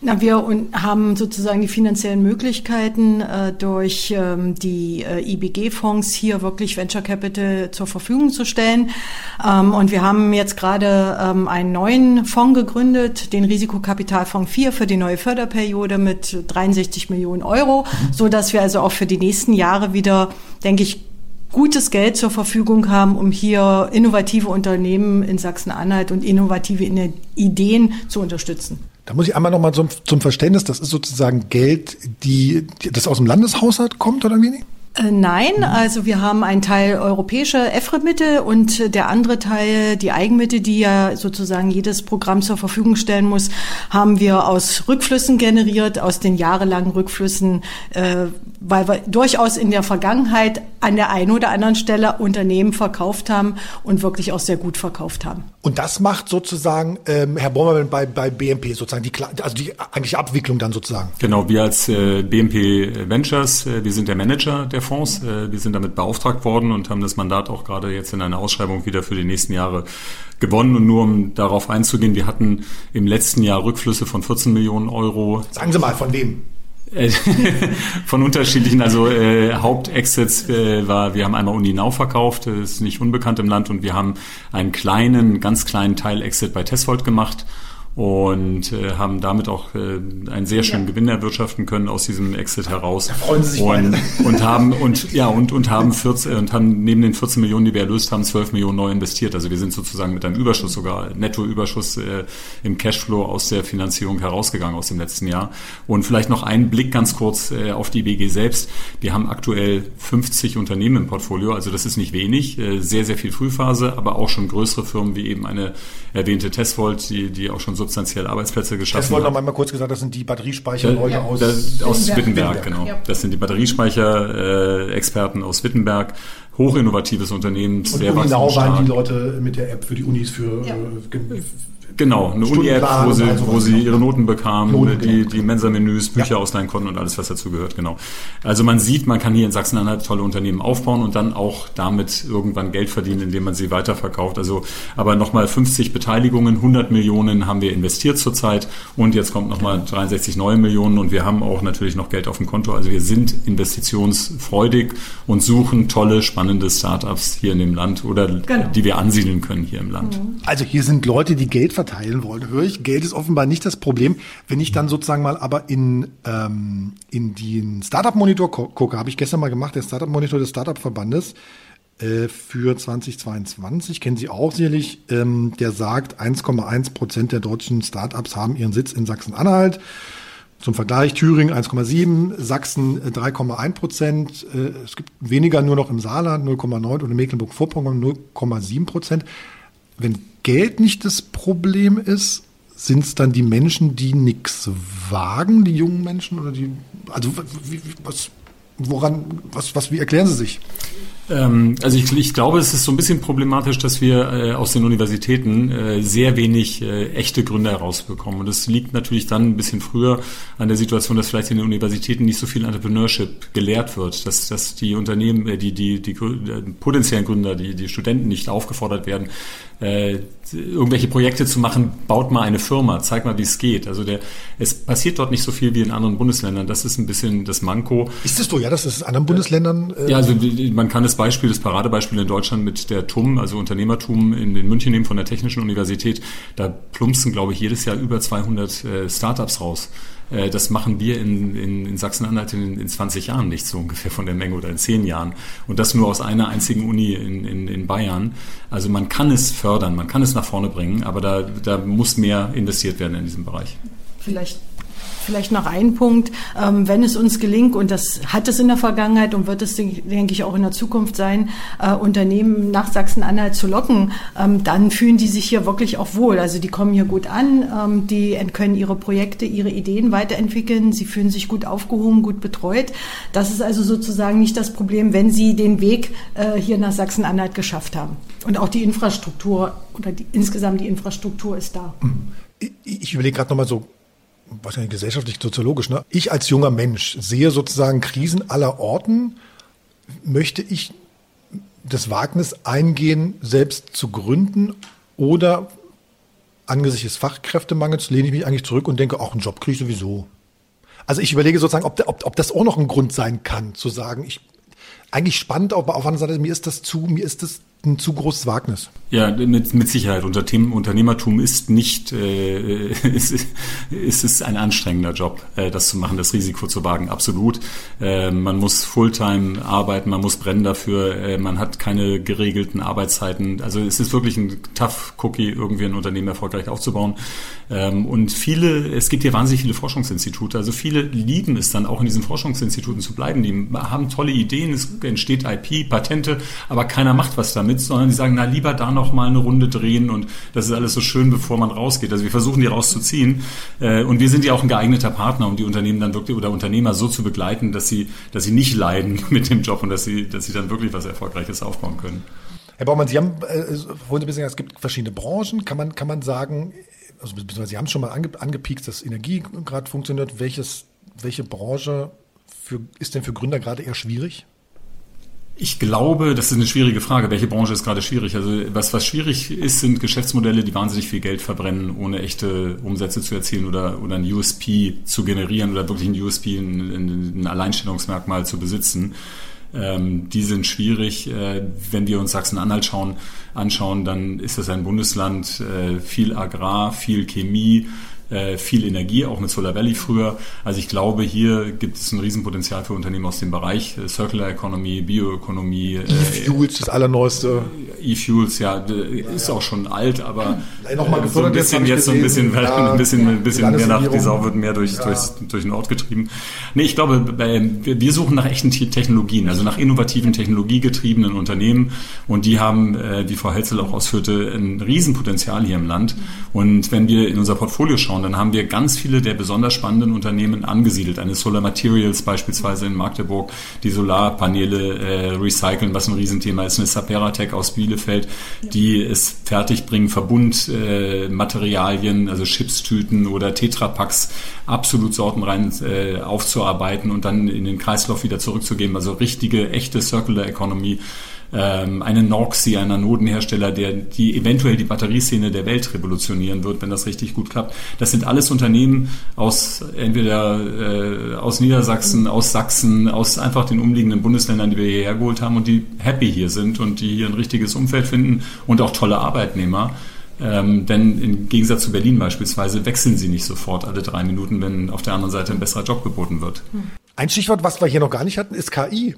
Na, wir haben sozusagen die finanziellen Möglichkeiten, äh, durch ähm, die äh, I B G-Fonds hier wirklich Venture Capital zur Verfügung zu stellen. Ähm, und wir haben jetzt gerade ähm, einen neuen Fonds gegründet, den Risikokapitalfonds vier für die neue Förderperiode mit dreiundsechzig Millionen Euro, mhm. so dass wir also auch für die nächsten Jahre wieder, denke ich, gutes Geld zur Verfügung haben, um hier innovative Unternehmen in Sachsen-Anhalt und innovative Ideen zu unterstützen. Da muss ich einmal nochmal zum, zum Verständnis, das ist sozusagen Geld, die, die das aus dem Landeshaushalt kommt oder wie? Äh, nein, also wir haben einen Teil europäische E F R E-Mittel und der andere Teil, die Eigenmittel, die ja sozusagen jedes Programm zur Verfügung stellen muss, haben wir aus Rückflüssen generiert, aus den jahrelangen Rückflüssen, äh, weil wir durchaus in der Vergangenheit an der einen oder anderen Stelle Unternehmen verkauft haben und wirklich auch sehr gut verkauft haben. Und das macht sozusagen ähm, Herr Bommermann bei, bei B M P sozusagen, die, also die eigentliche Abwicklung dann sozusagen. Genau, wir als äh, B M P Ventures, äh, wir sind der Manager der Fonds, äh, wir sind damit beauftragt worden und haben das Mandat auch gerade jetzt in einer Ausschreibung wieder für die nächsten Jahre gewonnen. Und nur um darauf einzugehen, wir hatten im letzten Jahr Rückflüsse von vierzehn Millionen Euro. Sagen Sie mal, von wem? Von unterschiedlichen, also äh, Hauptexits äh, war, wir haben einmal Uninau verkauft, das ist nicht unbekannt im Land, und wir haben einen kleinen, ganz kleinen Teil-Exit bei Tesvolt gemacht und äh, haben damit auch äh, einen sehr schönen ja. Gewinn erwirtschaften können aus diesem Exit heraus. Da freuen Sie sich und, und haben und ja und und haben vierzehn und haben neben den vierzehn Millionen, die wir erlöst haben, zwölf Millionen neu investiert. Also wir sind sozusagen mit einem Überschuss, sogar Nettoüberschuss äh, im Cashflow aus der Finanzierung herausgegangen aus dem letzten Jahr. Und vielleicht noch einen Blick ganz kurz äh, auf die I B G selbst. Wir haben aktuell fünfzig Unternehmen im Portfolio, also das ist nicht wenig, äh, sehr sehr viel Frühphase, aber auch schon größere Firmen wie eben eine erwähnte Tesvolt, die die auch schon substanziell Arbeitsplätze geschaffen Das wollte noch einmal kurz gesagt, das sind die Batteriespeicherleute ja, aus, das, aus Wittenberg. Wittenberg, genau. Ja. Das sind die Batteriespeicher-Experten aus Wittenberg. Hochinnovatives Unternehmen. Und sehr genau waren die Leute mit der App für die Unis für ja. äh, Genau, eine Uni-App, wo sie, wo sie ihre Noten bekamen, Noten, die, genau. die Mensa-Menüs, Bücher ja. ausleihen konnten und alles, was dazu gehört, genau. Also man sieht, man kann hier in Sachsen-Anhalt tolle Unternehmen aufbauen und dann auch damit irgendwann Geld verdienen, indem man sie weiterverkauft. Also, aber nochmal fünfzig Beteiligungen, hundert Millionen haben wir investiert zurzeit und jetzt kommt nochmal dreiundsechzig neue Millionen und wir haben auch natürlich noch Geld auf dem Konto. Also wir sind investitionsfreudig und suchen tolle, spannende Startups hier in dem Land oder genau. die wir ansiedeln können hier im Land. Also hier sind Leute, die Geld verteilen wollen, höre ich. Geld ist offenbar nicht das Problem. Wenn ich dann sozusagen mal aber in, ähm, in den Startup-Monitor gucke, habe ich gestern mal gemacht, der Startup-Monitor des Startup-Verbandes äh, für zweitausendzweiundzwanzig, kennen Sie auch sicherlich, ähm, der sagt, eins Komma eins Prozent der deutschen Startups haben ihren Sitz in Sachsen-Anhalt. Zum Vergleich, Thüringen eins Komma sieben, Sachsen drei Komma eins Prozent, äh, es gibt weniger nur noch im Saarland null Komma neun und in Mecklenburg-Vorpommern null Komma sieben Prozent. Wenn Geld nicht das Problem ist, sind es dann die Menschen, die nichts wagen, die jungen Menschen oder die, also wie, was, woran, was, was, wie erklären Sie sich? Ähm, also ich, ich glaube, es ist so ein bisschen problematisch, dass wir äh, aus den Universitäten äh, sehr wenig äh, echte Gründer herausbekommen. Und das liegt natürlich dann ein bisschen früher an der Situation, dass vielleicht in den Universitäten nicht so viel Entrepreneurship gelehrt wird, dass, dass die Unternehmen, äh, die, die, die, die potenziellen Gründer, die, die Studenten nicht aufgefordert werden, äh, irgendwelche Projekte zu machen, baut mal eine Firma, zeig mal, wie es geht. Also der, es passiert dort nicht so viel wie in anderen Bundesländern. Das ist ein bisschen das Manko. Ist es so, ja, dass es in anderen Bundesländern... Äh ja, also man kann das Beispiel, das Paradebeispiel in Deutschland mit der T U M, also Unternehmertum in, in München nehmen von der Technischen Universität. Da plumpsen, glaube ich, jedes Jahr über zweihundert äh, Startups raus. Äh, das machen wir in, in, in Sachsen-Anhalt in, in zwanzig Jahren nicht so ungefähr von der Menge oder in zehn Jahren. Und das nur aus einer einzigen Uni in, in, in Bayern. Also man kann es fördern, man kann es nach vorne bringen, aber da, da muss mehr investiert werden in diesem Bereich. Vielleicht Vielleicht noch ein Punkt, ähm, wenn es uns gelingt, und das hat es in der Vergangenheit und wird es, denke ich, auch in der Zukunft sein, äh, Unternehmen nach Sachsen-Anhalt zu locken, ähm, dann fühlen die sich hier wirklich auch wohl. Also die kommen hier gut an, ähm, die können ihre Projekte, ihre Ideen weiterentwickeln, sie fühlen sich gut aufgehoben, gut betreut. Das ist also sozusagen nicht das Problem, wenn sie den Weg äh, hier nach Sachsen-Anhalt geschafft haben. Und auch die Infrastruktur oder die, insgesamt die Infrastruktur ist da. Ich, ich überlege gerade nochmal so, wahrscheinlich gesellschaftlich, soziologisch, ne? Ich als junger Mensch sehe sozusagen Krisen aller Orten. Möchte ich das Wagnis eingehen, selbst zu gründen oder angesichts des Fachkräftemangels lehne ich mich eigentlich zurück und denke, auch einen Job kriege ich sowieso. Also ich überlege sozusagen, ob, ob, ob das auch noch ein Grund sein kann, zu sagen, ich eigentlich spannend, aber auf der anderen Seite, mir ist das zu, mir ist das ein zu großes Wagnis. Ja, mit, mit Sicherheit. Unternehmertum ist nicht, äh, ist, ist, ist ein anstrengender Job, äh, das zu machen, das Risiko zu wagen, absolut. Äh, man muss Fulltime arbeiten, man muss brennen dafür, äh, man hat keine geregelten Arbeitszeiten. Also es ist wirklich ein tough Cookie, irgendwie ein Unternehmen erfolgreich aufzubauen. Ähm, und viele, es gibt hier wahnsinnig viele Forschungsinstitute, also viele lieben es dann auch in diesen Forschungsinstituten zu bleiben. Die haben tolle Ideen, es entsteht I P, Patente, aber keiner macht was damit, sondern die sagen, na lieber da noch mal eine Runde drehen und das ist alles so schön, bevor man rausgeht. Also wir versuchen die rauszuziehen äh, und wir sind ja auch ein geeigneter Partner, um die Unternehmen dann wirklich oder Unternehmer so zu begleiten, dass sie, dass sie nicht leiden mit dem Job und dass sie, dass sie dann wirklich was Erfolgreiches aufbauen können. Herr Baumann, Sie haben äh, vorhin ein bisschen gesagt, es gibt verschiedene Branchen. Kann man, kann man sagen, also beziehungsweise Sie haben es schon mal ange, angepiekst, dass Energie gerade funktioniert. Welches, welche Branche für, ist denn für Gründer gerade eher schwierig? Ich glaube, das ist eine schwierige Frage. Welche Branche ist gerade schwierig? Also was, was schwierig ist, sind Geschäftsmodelle, die wahnsinnig viel Geld verbrennen, ohne echte Umsätze zu erzielen oder, oder ein U S P zu generieren oder wirklich ein U S P, ein, ein Alleinstellungsmerkmal zu besitzen. Ähm, die sind schwierig. Äh, wenn wir uns Sachsen-Anhalt schauen, anschauen, dann ist das ein Bundesland, äh, viel Agrar, viel Chemie, viel Energie, auch mit Solar Valley früher. Also ich glaube, hier gibt es ein Riesenpotenzial für Unternehmen aus dem Bereich Circular Economy, Bioökonomie. E-Fuels, das allerneueste. E-Fuels, ja, ist auch schon alt, aber Nochmal so ein bisschen jetzt so ein bisschen, ja, ein bisschen, ein bisschen mehr nach, die Sau wird mehr durch, ja. durch, durch den Ort getrieben. Nee, ich glaube, wir suchen nach echten Technologien, also nach innovativen, technologiegetriebenen Unternehmen und die haben, wie Frau Helzel auch ausführte, ein Riesenpotenzial hier im Land. Und wenn wir in unser Portfolio schauen, dann haben wir ganz viele der besonders spannenden Unternehmen angesiedelt. Eine Solar Materials beispielsweise in Magdeburg, die Solarpaneele äh, recyceln, was ein Riesenthema ist. Eine Saperatech aus Bielefeld, die es fertigbringen, Verbundmaterialien, äh, also Chipstüten oder Tetrapacks absolut sortenrein äh, aufzuarbeiten und dann in den Kreislauf wieder zurückzugeben. Also richtige, echte Circular Economy. Eine Norxy, ein Anodenhersteller, der die eventuell die Batterieszene der Welt revolutionieren wird, wenn das richtig gut klappt. Das sind alles Unternehmen aus entweder äh, aus Niedersachsen, aus Sachsen, aus einfach den umliegenden Bundesländern, die wir hierher geholt haben und die happy hier sind und die hier ein richtiges Umfeld finden und auch tolle Arbeitnehmer. Ähm, denn im Gegensatz zu Berlin beispielsweise wechseln sie nicht sofort alle drei Minuten, wenn auf der anderen Seite ein besserer Job geboten wird. Ein Stichwort, was wir hier noch gar nicht hatten, ist K I.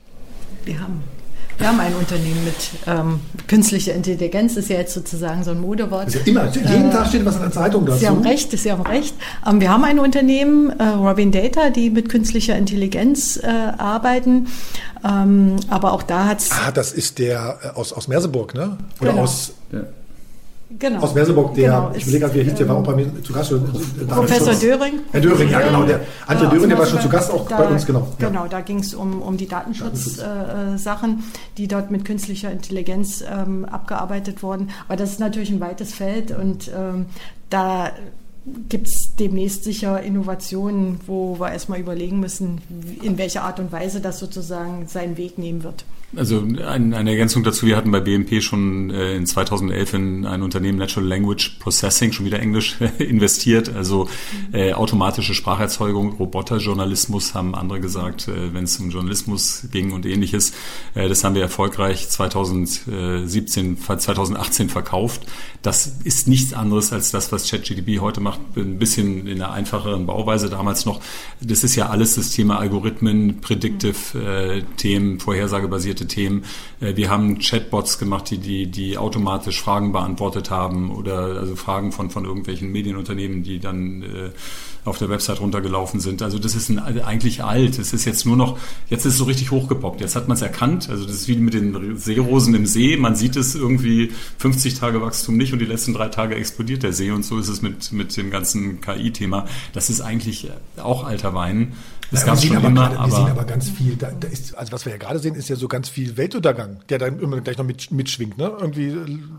Wir haben Wir haben ein Unternehmen mit ähm, künstlicher Intelligenz, ist ja jetzt sozusagen so ein Modewort. Das ist ja immer, jeden äh, Tag steht was in der Zeitung dazu. Sie haben recht, Sie haben recht. Ähm, wir haben ein Unternehmen, äh, Robin Data, die mit künstlicher Intelligenz äh, arbeiten. Ähm, aber auch da hat es... Ah, das ist der äh, aus, aus Merseburg, ne? Oder genau. aus... Ja. Genau. Aus Merseburg, der, genau, ich überlege, wie er hieß, der war auch bei mir zu Gast. Professor Döring. Herr Döring, ja genau, der André Döring, der war schon zu Gast auch da, bei uns, genau. Ja. Genau, da ging es um, um die Datenschutzsachen, Datenschutz. äh, die dort mit künstlicher Intelligenz ähm, abgearbeitet wurden. Aber das ist natürlich ein weites Feld und ähm, da gibt es demnächst sicher Innovationen, wo wir erstmal überlegen müssen, in welcher Art und Weise das sozusagen seinen Weg nehmen wird. Also ein, eine Ergänzung dazu, wir hatten bei B M P schon äh, in zweitausendelf in ein Unternehmen Natural Language Processing, schon wieder Englisch, investiert, also äh, automatische Spracherzeugung, Roboterjournalismus, haben andere gesagt, äh, wenn es um Journalismus ging und ähnliches. Äh, das haben wir erfolgreich zweitausendsiebzehn, zweitausendachtzehn verkauft. Das ist nichts anderes als das, was ChatGPT heute macht, ein bisschen in einer einfacheren Bauweise damals noch. Das ist ja alles das Thema Algorithmen, Predictive-Themen, äh, vorhersagebasierte Themen. Wir haben Chatbots gemacht, die, die, die automatisch Fragen beantwortet haben oder also Fragen von, von irgendwelchen Medienunternehmen, die dann äh, auf der Website runtergelaufen sind. Also das ist ein, eigentlich alt. Es ist jetzt nur noch, jetzt ist es so richtig hochgepoppt. Jetzt hat man es erkannt. Also das ist wie mit den Seerosen im See. Man sieht es irgendwie fünfzig Tage Wachstum nicht und die letzten drei Tage explodiert der See und so ist es mit, mit dem ganzen K I-Thema. Das ist eigentlich auch alter Wein. Das gab es schon immer, grade, aber... Wir sehen aber ganz viel, da, da ist, also was wir ja gerade sehen, ist ja so ganz viel Weltuntergang, der dann immer gleich noch mit, mitschwingt, ne? Irgendwie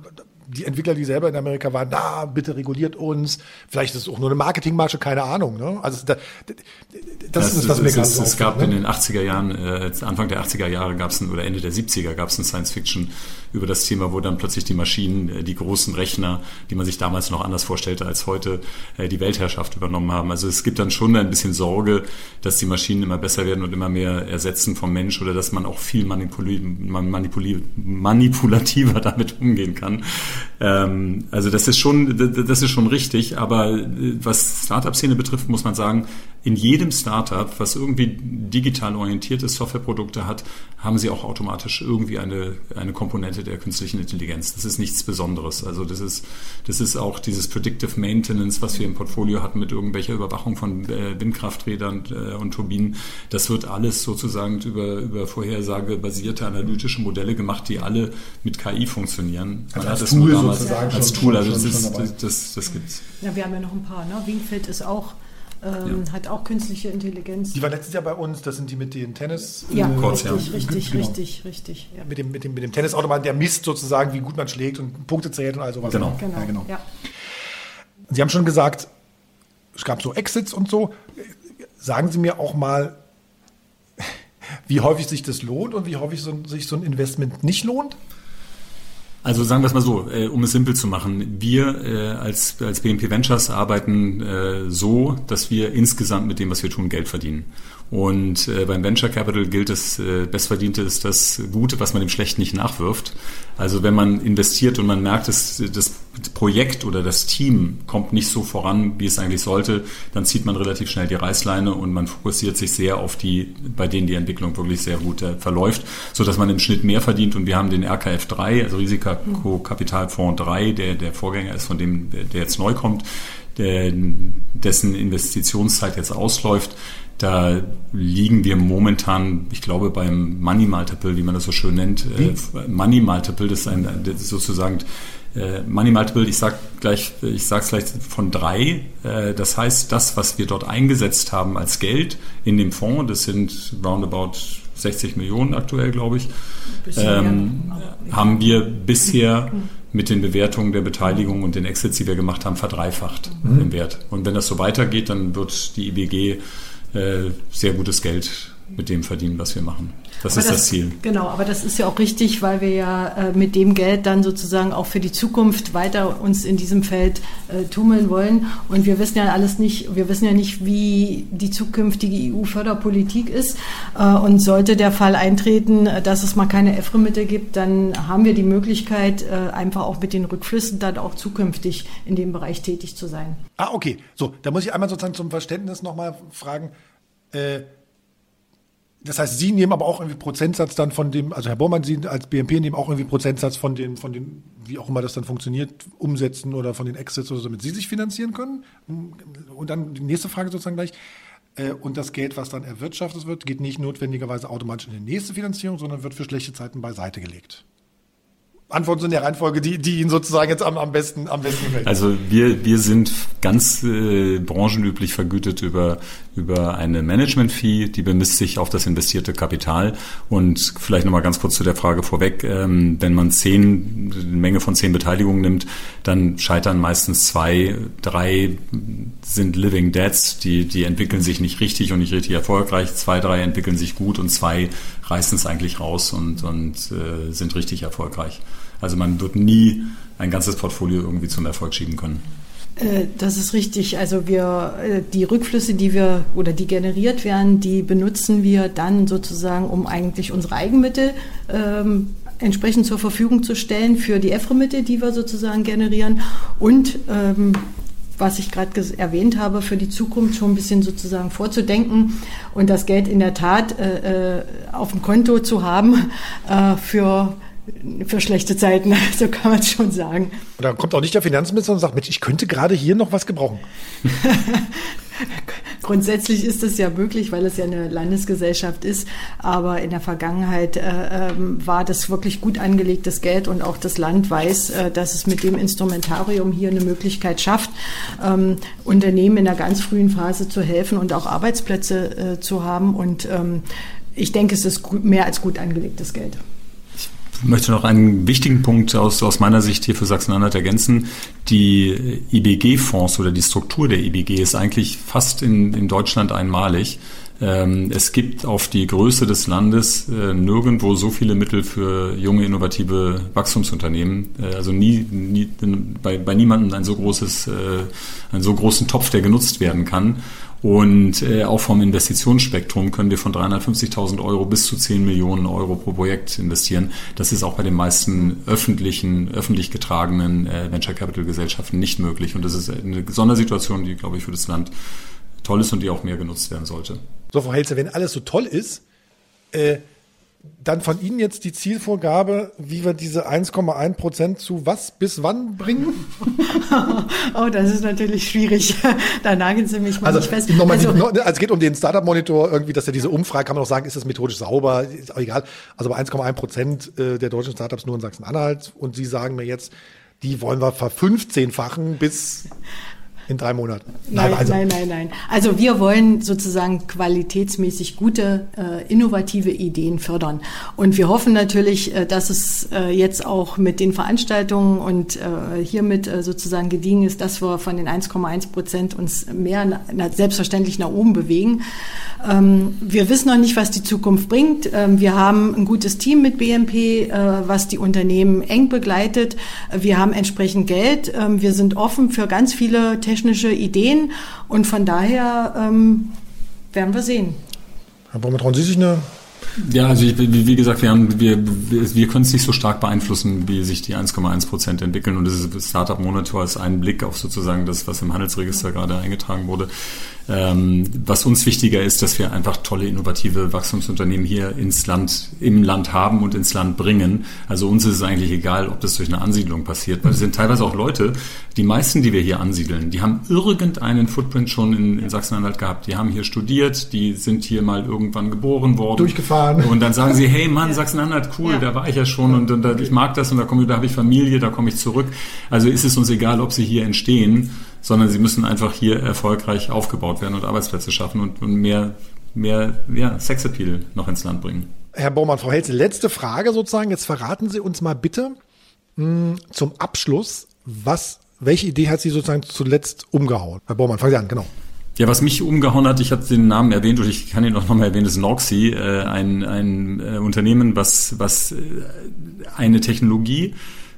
die Entwickler, die selber in Amerika waren, na, bitte reguliert uns. Vielleicht ist es auch nur eine Marketingmasche, keine Ahnung. Ne? Also da, das, das ist, was mir ganz Es gab in den achtziger Jahren, äh, Anfang der achtziger Jahre gab es ein, oder Ende der siebziger gab es ein Science-Fiction über das Thema, wo dann plötzlich die Maschinen, die großen Rechner, die man sich damals noch anders vorstellte als heute, äh, die Weltherrschaft übernommen haben. Also es gibt dann schon ein bisschen Sorge, dass die Maschinen immer besser werden und immer mehr ersetzen vom Mensch oder dass man auch viel manipuli- manipuli- manipulativer damit umgehen kann. Ähm, also das ist schon, das ist schon richtig, aber was Startup-Szene betrifft, muss man sagen, in jedem Startup, was irgendwie digital orientierte Softwareprodukte hat, haben sie auch automatisch irgendwie eine, eine Komponente der künstlichen Intelligenz. Das ist nichts Besonderes. Also das ist, das ist auch dieses Predictive Maintenance, was wir im Portfolio hatten mit irgendwelcher Überwachung von äh, Windkrafträdern äh, und Turbinen. Das wird alles sozusagen über, über vorhersagebasierte analytische Modelle gemacht, die alle mit K I funktionieren. Also Man als hat Tool es nur damals sozusagen als schon- Tool, also schon- das, schon ist, dabei. das, das, das gibt's. Ja, wir haben ja noch ein paar. Ne? Wingfield ist auch, ähm, Ja. hat auch künstliche Intelligenz. Die war letztes Jahr bei uns, das sind die mit den Tennis... Ja, äh, Kurz, ja. richtig, richtig, genau. richtig, richtig. Ja. Mit dem, mit, dem, mit dem Tennisautomaten, der misst sozusagen, wie gut man schlägt und Punkte zählt und all sowas. Genau. Genau, Ja, genau. ja. Sie haben schon gesagt, es gab so Exits und so. Sagen Sie mir auch mal, wie häufig sich das lohnt und wie häufig so, sich so ein Investment nicht lohnt? Also sagen wir es mal so, äh, um es simpel zu machen. Wir äh, als, als B N P Ventures arbeiten äh, so, dass wir insgesamt mit dem, was wir tun, Geld verdienen. Und äh, beim Venture Capital gilt es, äh, Bestverdiente ist das Gute, was man dem Schlechten nicht nachwirft. Also wenn man investiert und man merkt, dass das Projekt oder das Team kommt nicht so voran, wie es eigentlich sollte, dann zieht man relativ schnell die Reißleine und man fokussiert sich sehr auf die, bei denen die Entwicklung wirklich sehr gut äh, verläuft, so dass man im Schnitt mehr verdient. Und wir haben den R K F drei, also Risikokapitalfonds drei, der der Vorgänger ist von dem, der, der jetzt neu kommt, der, dessen Investitionszeit jetzt ausläuft. Da liegen wir momentan, ich glaube, beim Money Multiple, wie man das so schön nennt. Äh, Money Multiple, das ist ein, das ist sozusagen äh, Money Multiple, ich sag gleich, ich sag's gleich von drei. Äh, das heißt, das, was wir dort eingesetzt haben als Geld in dem Fonds, das sind roundabout sechzig Millionen aktuell, glaube ich, ähm, haben wir bisher mit den Bewertungen der Beteiligung und den Exits, die wir gemacht haben, verdreifacht mhm. im Wert. Und wenn das so weitergeht, dann wird die I B G äh, sehr gutes Geld mit dem verdienen, was wir machen. Das Aber ist das, das Ziel. Genau, aber das ist ja auch richtig, weil wir ja äh, mit dem Geld dann sozusagen auch für die Zukunft weiter uns in diesem Feld äh, tummeln wollen. Und wir wissen ja alles nicht, wir wissen ja nicht, wie die zukünftige E U-Förderpolitik ist. Äh, und sollte der Fall eintreten, dass es mal keine E F R E-Mittel gibt, dann haben wir die Möglichkeit, äh, einfach auch mit den Rückflüssen dann auch zukünftig in dem Bereich tätig zu sein. Ah, okay. So, da muss ich einmal sozusagen zum Verständnis nochmal fragen, äh, das heißt, Sie nehmen aber auch irgendwie Prozentsatz dann von dem, also Herr Bormann, Sie als B N P nehmen auch irgendwie Prozentsatz von den, von den, wie auch immer das dann funktioniert, Umsätzen oder von den Exits oder so, damit Sie sich finanzieren können. Und dann die nächste Frage sozusagen gleich. Und das Geld, was dann erwirtschaftet wird, geht nicht notwendigerweise automatisch in die nächste Finanzierung, sondern wird für schlechte Zeiten beiseite gelegt. Antworten sind in der Reihenfolge, die, die Ihnen sozusagen jetzt am, am besten, am besten gefällt. Also wir, wir sind ganz äh, branchenüblich vergütet über, über eine Management-Fee, die bemisst sich auf das investierte Kapital. Und vielleicht nochmal ganz kurz zu der Frage vorweg, ähm, wenn man zehn, eine Menge von zehn Beteiligungen nimmt, dann scheitern meistens zwei, drei sind Living Deads, die, die entwickeln sich nicht richtig und nicht richtig erfolgreich, zwei, drei entwickeln sich gut und zwei reißen es eigentlich raus und, und äh, sind richtig erfolgreich. Also man wird nie ein ganzes Portfolio irgendwie zum Erfolg schieben können. Das ist richtig. Also wir, die Rückflüsse, die wir oder die generiert werden, die benutzen wir dann sozusagen, um eigentlich unsere Eigenmittel ähm, entsprechend zur Verfügung zu stellen für die E F R E-Mittel, die wir sozusagen generieren und ähm, was ich gerade erwähnt habe, für die Zukunft schon ein bisschen sozusagen vorzudenken und das Geld in der Tat äh, auf dem Konto zu haben äh, für Für schlechte Zeiten, so kann man es schon sagen. Und dann kommt auch nicht der Finanzminister und sagt, Mensch, ich könnte gerade hier noch was gebrauchen. Grundsätzlich ist es ja möglich, weil es ja eine Landesgesellschaft ist. Aber in der Vergangenheit äh, ähm, war das wirklich gut angelegtes Geld und auch das Land weiß, äh, dass es mit dem Instrumentarium hier eine Möglichkeit schafft, ähm, Unternehmen in einer ganz frühen Phase zu helfen und auch Arbeitsplätze äh, zu haben. Und ähm, ich denke, es ist gut, mehr als gut angelegtes Geld. Ich Ich möchte noch einen wichtigen Punkt aus, aus meiner Sicht hier für Sachsen-Anhalt ergänzen. Die I B G-Fonds oder die Struktur der I B G ist eigentlich fast in, in Deutschland einmalig. Ähm, es gibt auf die Größe des Landes äh, nirgendwo so viele Mittel für junge, innovative Wachstumsunternehmen. Äh, also nie, nie bei, bei niemandem ein so großes, äh, einen so großen Topf, der genutzt werden kann. Und äh, auch vom Investitionsspektrum können wir von dreihundertfünfzigtausend Euro bis zu zehn Millionen Euro pro Projekt investieren. Das ist auch bei den meisten öffentlichen, öffentlich getragenen äh, Venture Capital Gesellschaften nicht möglich. Und das ist eine Sondersituation, die, glaube ich, für das Land toll ist und die auch mehr genutzt werden sollte. So, Frau Helze, wenn alles so toll ist, äh, dann von Ihnen jetzt die Zielvorgabe, wie wir diese eins Komma eins Prozent zu was bis wann bringen? Oh, das ist natürlich schwierig. Da nageln Sie mich mal also, nicht fest. Nochmal, also, also es geht um den Startup-Monitor, irgendwie, dass ja diese Umfrage, kann man auch sagen, ist das methodisch sauber, ist auch egal. Also bei eins Komma eins Prozent der deutschen Startups nur in Sachsen-Anhalt. Und Sie sagen mir jetzt, die wollen wir verfünfzehnfachen bis in drei Monaten. Nein, nein, also. nein, nein, nein. Also wir wollen sozusagen qualitätsmäßig gute, äh, innovative Ideen fördern. Und wir hoffen natürlich, äh, dass es äh, jetzt auch mit den Veranstaltungen und äh, hiermit äh, sozusagen gediegen ist, dass wir von den eins Komma eins Prozent uns mehr na, na, selbstverständlich nach oben bewegen. Ähm, wir wissen noch nicht, was die Zukunft bringt. Ähm, wir haben ein gutes Team mit B M P, äh, was die Unternehmen eng begleitet. Wir haben entsprechend Geld. Ähm, wir sind offen für ganz viele technische Ideen und von daher ähm, werden wir sehen. Herr Baumann, trauen Sie sich eine? Ja, also ich, wie, wie gesagt, wir, haben, wir, wir, wir können es nicht so stark beeinflussen, wie sich die eins Komma eins Prozent entwickeln und das ist Startup Monitor ist ein Blick auf sozusagen das, was im Handelsregister gerade eingetragen wurde. Ähm, was uns wichtiger ist, dass wir einfach tolle, innovative Wachstumsunternehmen hier ins Land, im Land haben und ins Land bringen. Also uns ist es eigentlich egal, ob das durch eine Ansiedlung passiert, weil es sind teilweise auch Leute, die meisten, die wir hier ansiedeln, die haben irgendeinen Footprint schon in, in Sachsen-Anhalt gehabt. Die haben hier studiert, die sind hier mal irgendwann geboren worden. Durchgefahren. Und dann sagen sie, hey Mann, Sachsen-Anhalt, cool, ja. Da war ich ja schon und, und ich mag das und da komme ich, da habe ich Familie, da komme ich zurück. Also ist es uns egal, ob sie hier entstehen, sondern sie müssen einfach hier erfolgreich aufgebaut werden und Arbeitsplätze schaffen und, und mehr, mehr ja, Sexappeal noch ins Land bringen. Herr Baumann, Frau Helze, letzte Frage sozusagen. Jetzt verraten Sie uns mal bitte mh, zum Abschluss, was, welche Idee hat Sie sozusagen zuletzt umgehauen? Herr Baumann, fangen Sie an, genau. Ja, was mich umgehauen hat, ich habe den Namen erwähnt und ich kann ihn auch nochmal erwähnen, ist Norxy, äh, ein, ein äh, Unternehmen, was, was äh, eine Technologie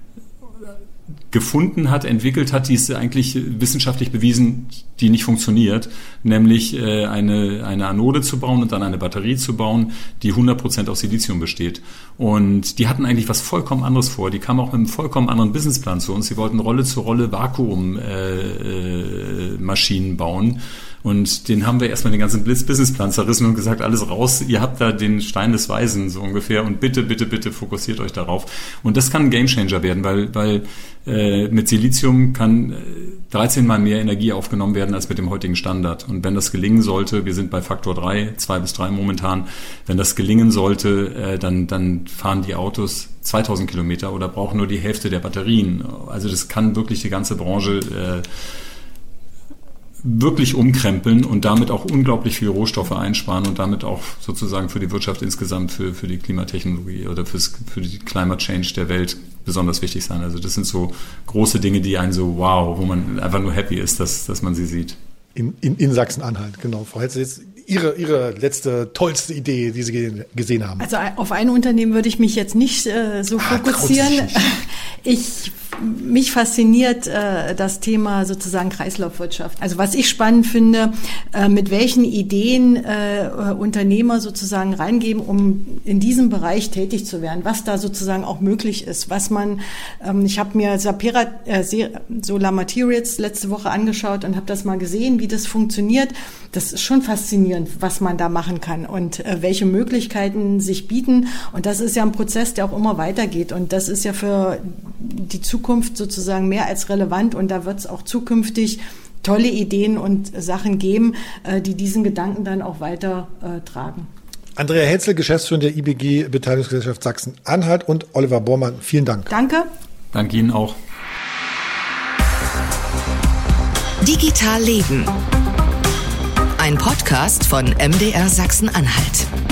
gefunden hat, entwickelt hat, die ist eigentlich wissenschaftlich bewiesen, die nicht funktioniert, nämlich äh, eine, eine Anode zu bauen und dann eine Batterie zu bauen, die hundert Prozent aus Silizium besteht. Und die hatten eigentlich was vollkommen anderes vor. Die kamen auch mit einem vollkommen anderen Businessplan zu uns. Sie wollten Rolle zu Rolle Vakuummaschinen äh, äh, bauen. Und den haben wir erstmal den ganzen Blitz-Businessplan zerrissen und gesagt, alles raus, ihr habt da den Stein des Weisen so ungefähr und bitte, bitte, bitte fokussiert euch darauf. Und das kann ein Gamechanger werden, weil, weil äh, mit Silizium kann äh, dreizehn Mal mehr Energie aufgenommen werden als mit dem heutigen Standard. Und wenn das gelingen sollte, wir sind bei Faktor drei, zwei bis drei momentan, wenn das gelingen sollte, äh, dann, dann fahren die Autos zweitausend Kilometer oder brauchen nur die Hälfte der Batterien. Also das kann wirklich die ganze Branche äh, wirklich umkrempeln und damit auch unglaublich viel Rohstoffe einsparen und damit auch sozusagen für die Wirtschaft insgesamt, für, für die Klimatechnologie oder fürs, für die Climate Change der Welt besonders wichtig sein. Also das sind so große Dinge, die einen so wow, wo man einfach nur happy ist, dass, dass man sie sieht. In, in, in Sachsen-Anhalt, genau. Frau Helze, jetzt Ihre, Ihre letzte, tollste Idee, die Sie gesehen haben. Also auf ein Unternehmen würde ich mich jetzt nicht äh, so ah, fokussieren. Ich Mich fasziniert äh, das Thema sozusagen Kreislaufwirtschaft. Also was ich spannend finde, äh, mit welchen Ideen äh, Unternehmer sozusagen reingeben, um in diesem Bereich tätig zu werden, was da sozusagen auch möglich ist, was man, ähm, ich habe mir Sapera äh, Solar Materials letzte Woche angeschaut und habe das mal gesehen, wie das funktioniert. Das ist schon faszinierend, was man da machen kann und äh, welche Möglichkeiten sich bieten. Und das ist ja ein Prozess, der auch immer weitergeht. Und das ist ja für die Zukunft sozusagen mehr als relevant. Und da wird es auch zukünftig tolle Ideen und Sachen geben, äh, die diesen Gedanken dann auch weiter äh, tragen. Andrea Hetzel, Geschäftsführerin der I B G Beteiligungsgesellschaft Sachsen-Anhalt und Oliver Bormann, vielen Dank. Danke. Danke Ihnen auch. Digital Leben. Ein Podcast von M D R Sachsen-Anhalt.